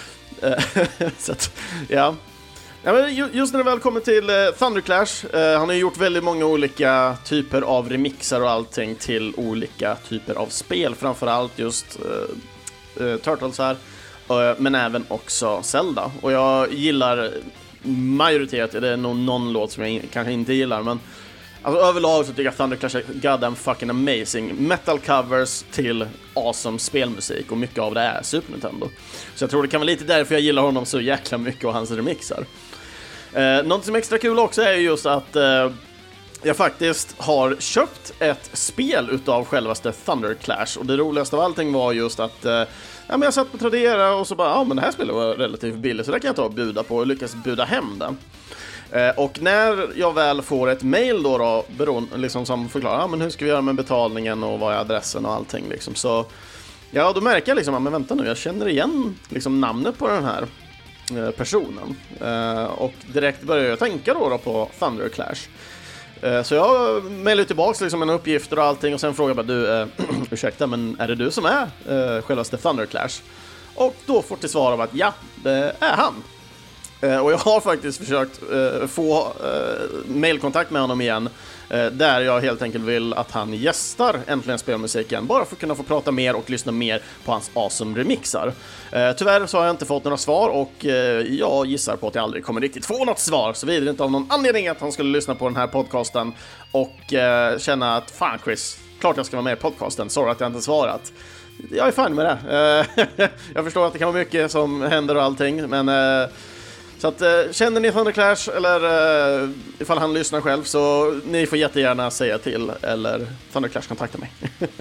Speaker 1: Så att, ja. Ja, men just när det väl kommer till Thunderclash, han har gjort väldigt många olika typer av remixar och allting till olika typer av spel, framförallt just Turtles här, men även också Zelda. Och jag gillar majoritet, det är nog någon låt som jag kanske inte gillar, men alltså, överlag så tycker jag Thunderclash är goddamn fucking amazing. Metal covers till awesome spelmusik, och mycket av det är Super Nintendo. Så jag tror det kan vara lite därför jag gillar honom så jäkla mycket och hans remixar. Något som är extra kul också är just att jag faktiskt har köpt ett spel utav självaste Thunderclash. Och det roligaste av allting var just att men jag satt på Tradera och så bara, men det här spelet var relativt billigt, så det kan jag ta och buda på, och lyckas buda hem det. Och när jag väl får ett mail då liksom, som förklarar men hur ska vi göra med betalningen och vad är adressen och allting liksom, så ja, då märker jag liksom, men vänta nu, jag känner igen liksom namnet på den här personen, och direkt börjar jag tänka då på Thunderclash. Så jag mejlar tillbaka liksom en uppgifter och allting, och sen frågar jag bara, du, ursäkta, men är det du som är självaste Thunderclash? Och då får till svar av att ja, det är han. Och jag har faktiskt försökt få mailkontakt med honom igen, där jag helt enkelt vill att han gästar Äntligen Spelmusiken, bara för att kunna få prata mer och lyssna mer på hans awesome remixar. Tyvärr så har jag inte fått några svar, och jag gissar på att jag aldrig kommer riktigt få något svar, så vidare inte av någon anledning att han skulle lyssna på den här podcasten och känna att fan Chris, klart jag ska vara med i podcasten, sorry att jag inte svarat. Jag är fan med det. Jag förstår att det kan vara mycket som händer och allting, men så att känner ni Thunderclash eller ifall han lyssnar själv, så ni får jättegärna säga till, eller Thunderclash kontakta mig.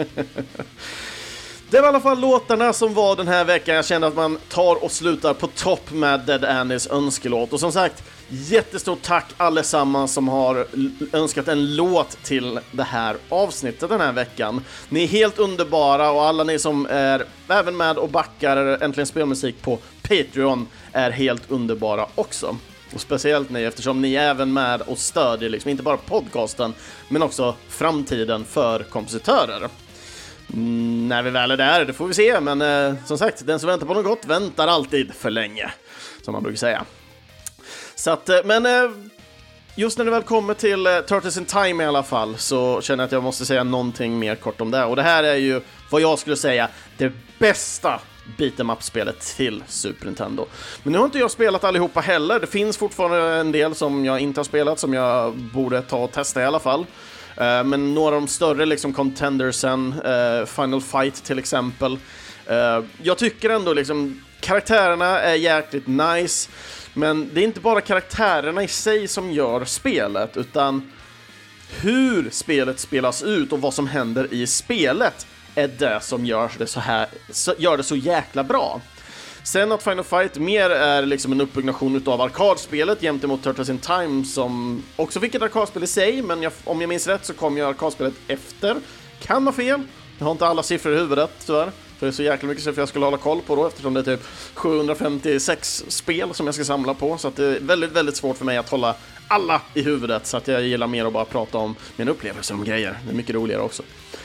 Speaker 1: Det var i alla fall låtarna som var den här veckan. Jag kände att man tar och slutar på topp med Dead Andys önskelåt. Och som sagt, jättestort tack allesammans som har önskat en låt till det här avsnittet den här veckan. Ni är helt underbara, och alla ni som är även med och backar Äntligen Spelmusik på Patreon är helt underbara också. Och speciellt ni, eftersom ni är även med och stödjer liksom inte bara podcasten, men också framtiden för kompositörer. När vi väl är där, det får vi se, men som sagt, den som väntar på något gott väntar alltid för länge, som man brukar säga. Så att, men just när det väl kommer till Turtles in Time i alla fall, så känner jag att jag måste säga någonting mer kort om det. Och det här är ju vad jag skulle säga det bästa beat'em up-spelet till Super Nintendo. Men nu har inte jag spelat allihopa heller. Det finns fortfarande en del som jag inte har spelat, som jag borde ta och testa i alla fall. Men några av de större liksom contendersen, Final Fight till exempel. Jag tycker ändå liksom karaktärerna är jäkligt nice, men det är inte bara karaktärerna i sig som gör spelet, utan hur spelet spelas ut och vad som händer i spelet är det som gör det så jäkla bra. Sen att Final Fight mer är liksom en uppbyggnation utav arkadspelet jämte mot Turtles in Time, som också fick ett arkadspel i sig, men om jag minns rätt så kom ju arkadspelet efter. Kan vara fel, jag har inte alla siffror i huvudet tyvärr, för det är så jäkla mycket siffror jag skulle hålla koll på då, eftersom det är typ 756 spel som jag ska samla på, så att det är väldigt, väldigt svårt för mig att hålla alla i huvudet, så att jag gillar mer att bara prata om mina upplevelser om grejer. Det är mycket roligare också.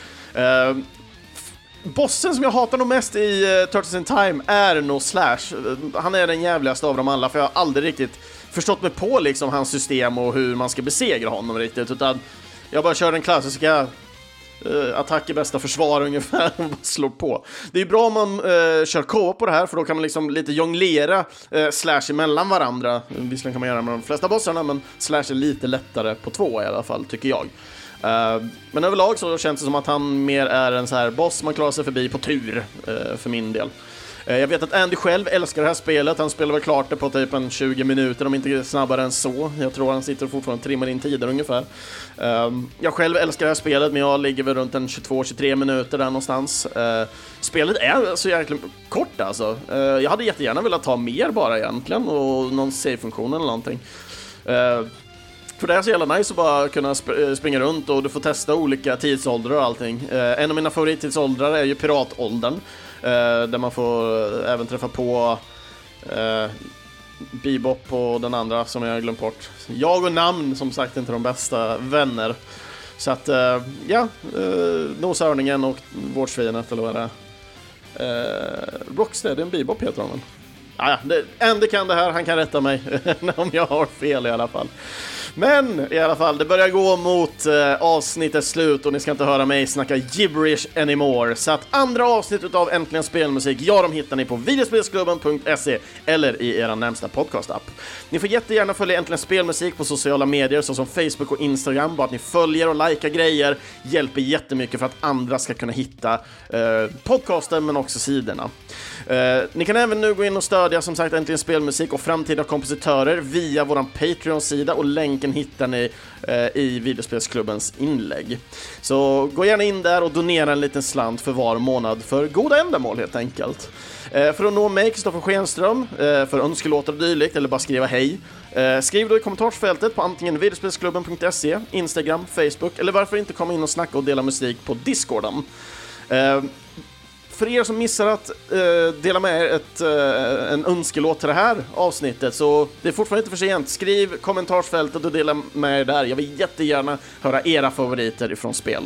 Speaker 1: Bossen som jag hatar nog mest i Turtles in Time är nog Slash. Han är den jävligaste av dem alla, för jag har aldrig riktigt förstått mig på liksom hans system och hur man ska besegra honom riktigt, utan jag bara kör den klassiska attack är bästa försvar ungefär och bara slår på. Det är bra om man kör co-op på det här, för då kan man liksom lite jonglera Slash emellan varandra. Visserligen kan man göra med de flesta bossarna, men Slash är lite lättare på 2 i alla fall, tycker jag. Men överlag så känns det som att han mer är en så här boss man klarar sig förbi på tur, för min del. Jag vet att Andy själv älskar det här spelet. Han spelar väl klart det på typ en 20 minuter, om inte snabbare än så. Jag tror han sitter och fortfarande trimmar in tider ungefär. Jag själv älskar det här spelet, men jag ligger väl runt en 22-23 minuter där någonstans. Spelet är så jäkla kort alltså. Jag hade jättegärna velat ta mer bara egentligen, och någon save-funktion eller någonting. För det är så jävla nice att bara kunna springa runt, och du får testa olika tidsåldrar och allting. En av mina favorittidsåldrar är ju piratåldern, där man får även träffa på Bebop och den andra som jag har glömt bort. Jag och namn, som sagt, inte de bästa vänner. Så att, Nosörningen och Vårdsvinet, eller vad det är. Rocksteady, en Bebop heter honom. Andy kan det här, han kan rätta mig om jag har fel i alla fall. Men i alla fall, det börjar gå mot avsnittets slut, och ni ska inte höra mig snacka gibberish anymore. Så att andra avsnittet av Äntligen Spelmusik, de hittar ni på videospelsklubben.se eller i era närmsta podcast-app. Ni får jättegärna följa Äntligen Spelmusik på sociala medier såsom Facebook och Instagram. Bara att ni följer och likar grejer hjälper jättemycket för att andra ska kunna hitta podcasten, men också sidorna. Ni kan även nu gå in och stödja, som sagt, Äntligen Spelmusik och framtida kompositörer via våran Patreon-sida, och länken hittar ni i videospelsklubbens inlägg. Så gå gärna in där och donera en liten slant för var månad för goda ändamål, helt enkelt. För att nå mig, Kristoffer Schenström, för önskelåtar och dylikt, eller bara skriva hej, skriv då i kommentarsfältet på antingen videospelsklubben.se, Instagram, Facebook, eller varför inte komma in och snacka och dela musik på Discorden. För er som missar att dela med er en önskelåt till det här avsnittet, så det är fortfarande inte för sent. Skriv kommentarsfältet och dela med er där. Jag vill jättegärna höra era favoriter ifrån spel.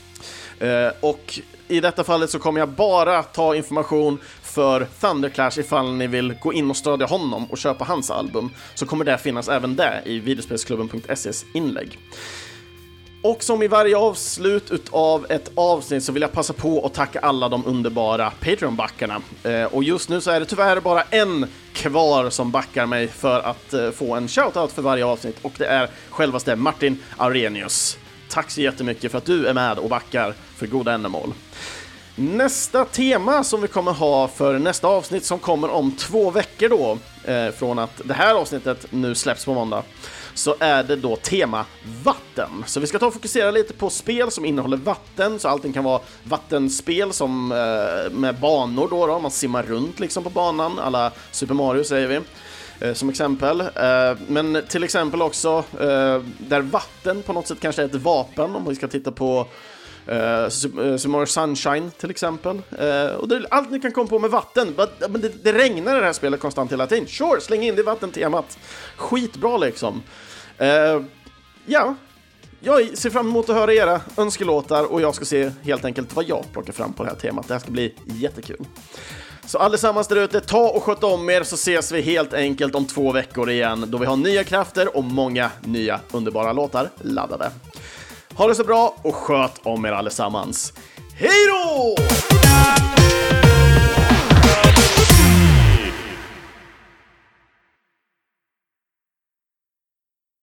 Speaker 1: Och i detta fallet så kommer jag bara ta information för Thunderclash. Ifall ni vill gå in och stödja honom och köpa hans album, så kommer det finnas även där i videospelsklubben.ses inlägg. Och som i varje avslut utav ett avsnitt så vill jag passa på att tacka alla de underbara Patreon-backarna. Och just nu så är det tyvärr bara en kvar som backar mig för att få en shoutout för varje avsnitt. Och det är självaste Martin Arrhenius. Tack så jättemycket för att du är med och backar för goda ändamål. Nästa tema som vi kommer ha för nästa avsnitt, som kommer om 2 veckor då, från att det här avsnittet nu släpps på måndag, så är det då tema vatten. Så vi ska ta och fokusera lite på spel som innehåller vatten. Så allting kan vara vattenspel som med banor då. Man simmar runt liksom på banan, alla Super Mario säger vi som exempel. Men till exempel också där vatten på något sätt kanske är ett vapen, om vi ska titta på Super Mario Sunshine till exempel. Och det är allt ni kan komma på med vatten. Men det regnar i det här spelet konstant hela tiden. Sure, släng in det vattentemat. Skitbra liksom. Jag ser fram emot att höra era önskelåtar, och jag ska se helt enkelt vad jag plockar fram på det här temat. Det här ska bli jättekul. Så allesammans där ute, ta och sköt om er, så ses vi helt enkelt om 2 veckor igen, då vi har nya krafter och många nya underbara låtar laddade. Ha det så bra och sköt om er allesammans. Hej då!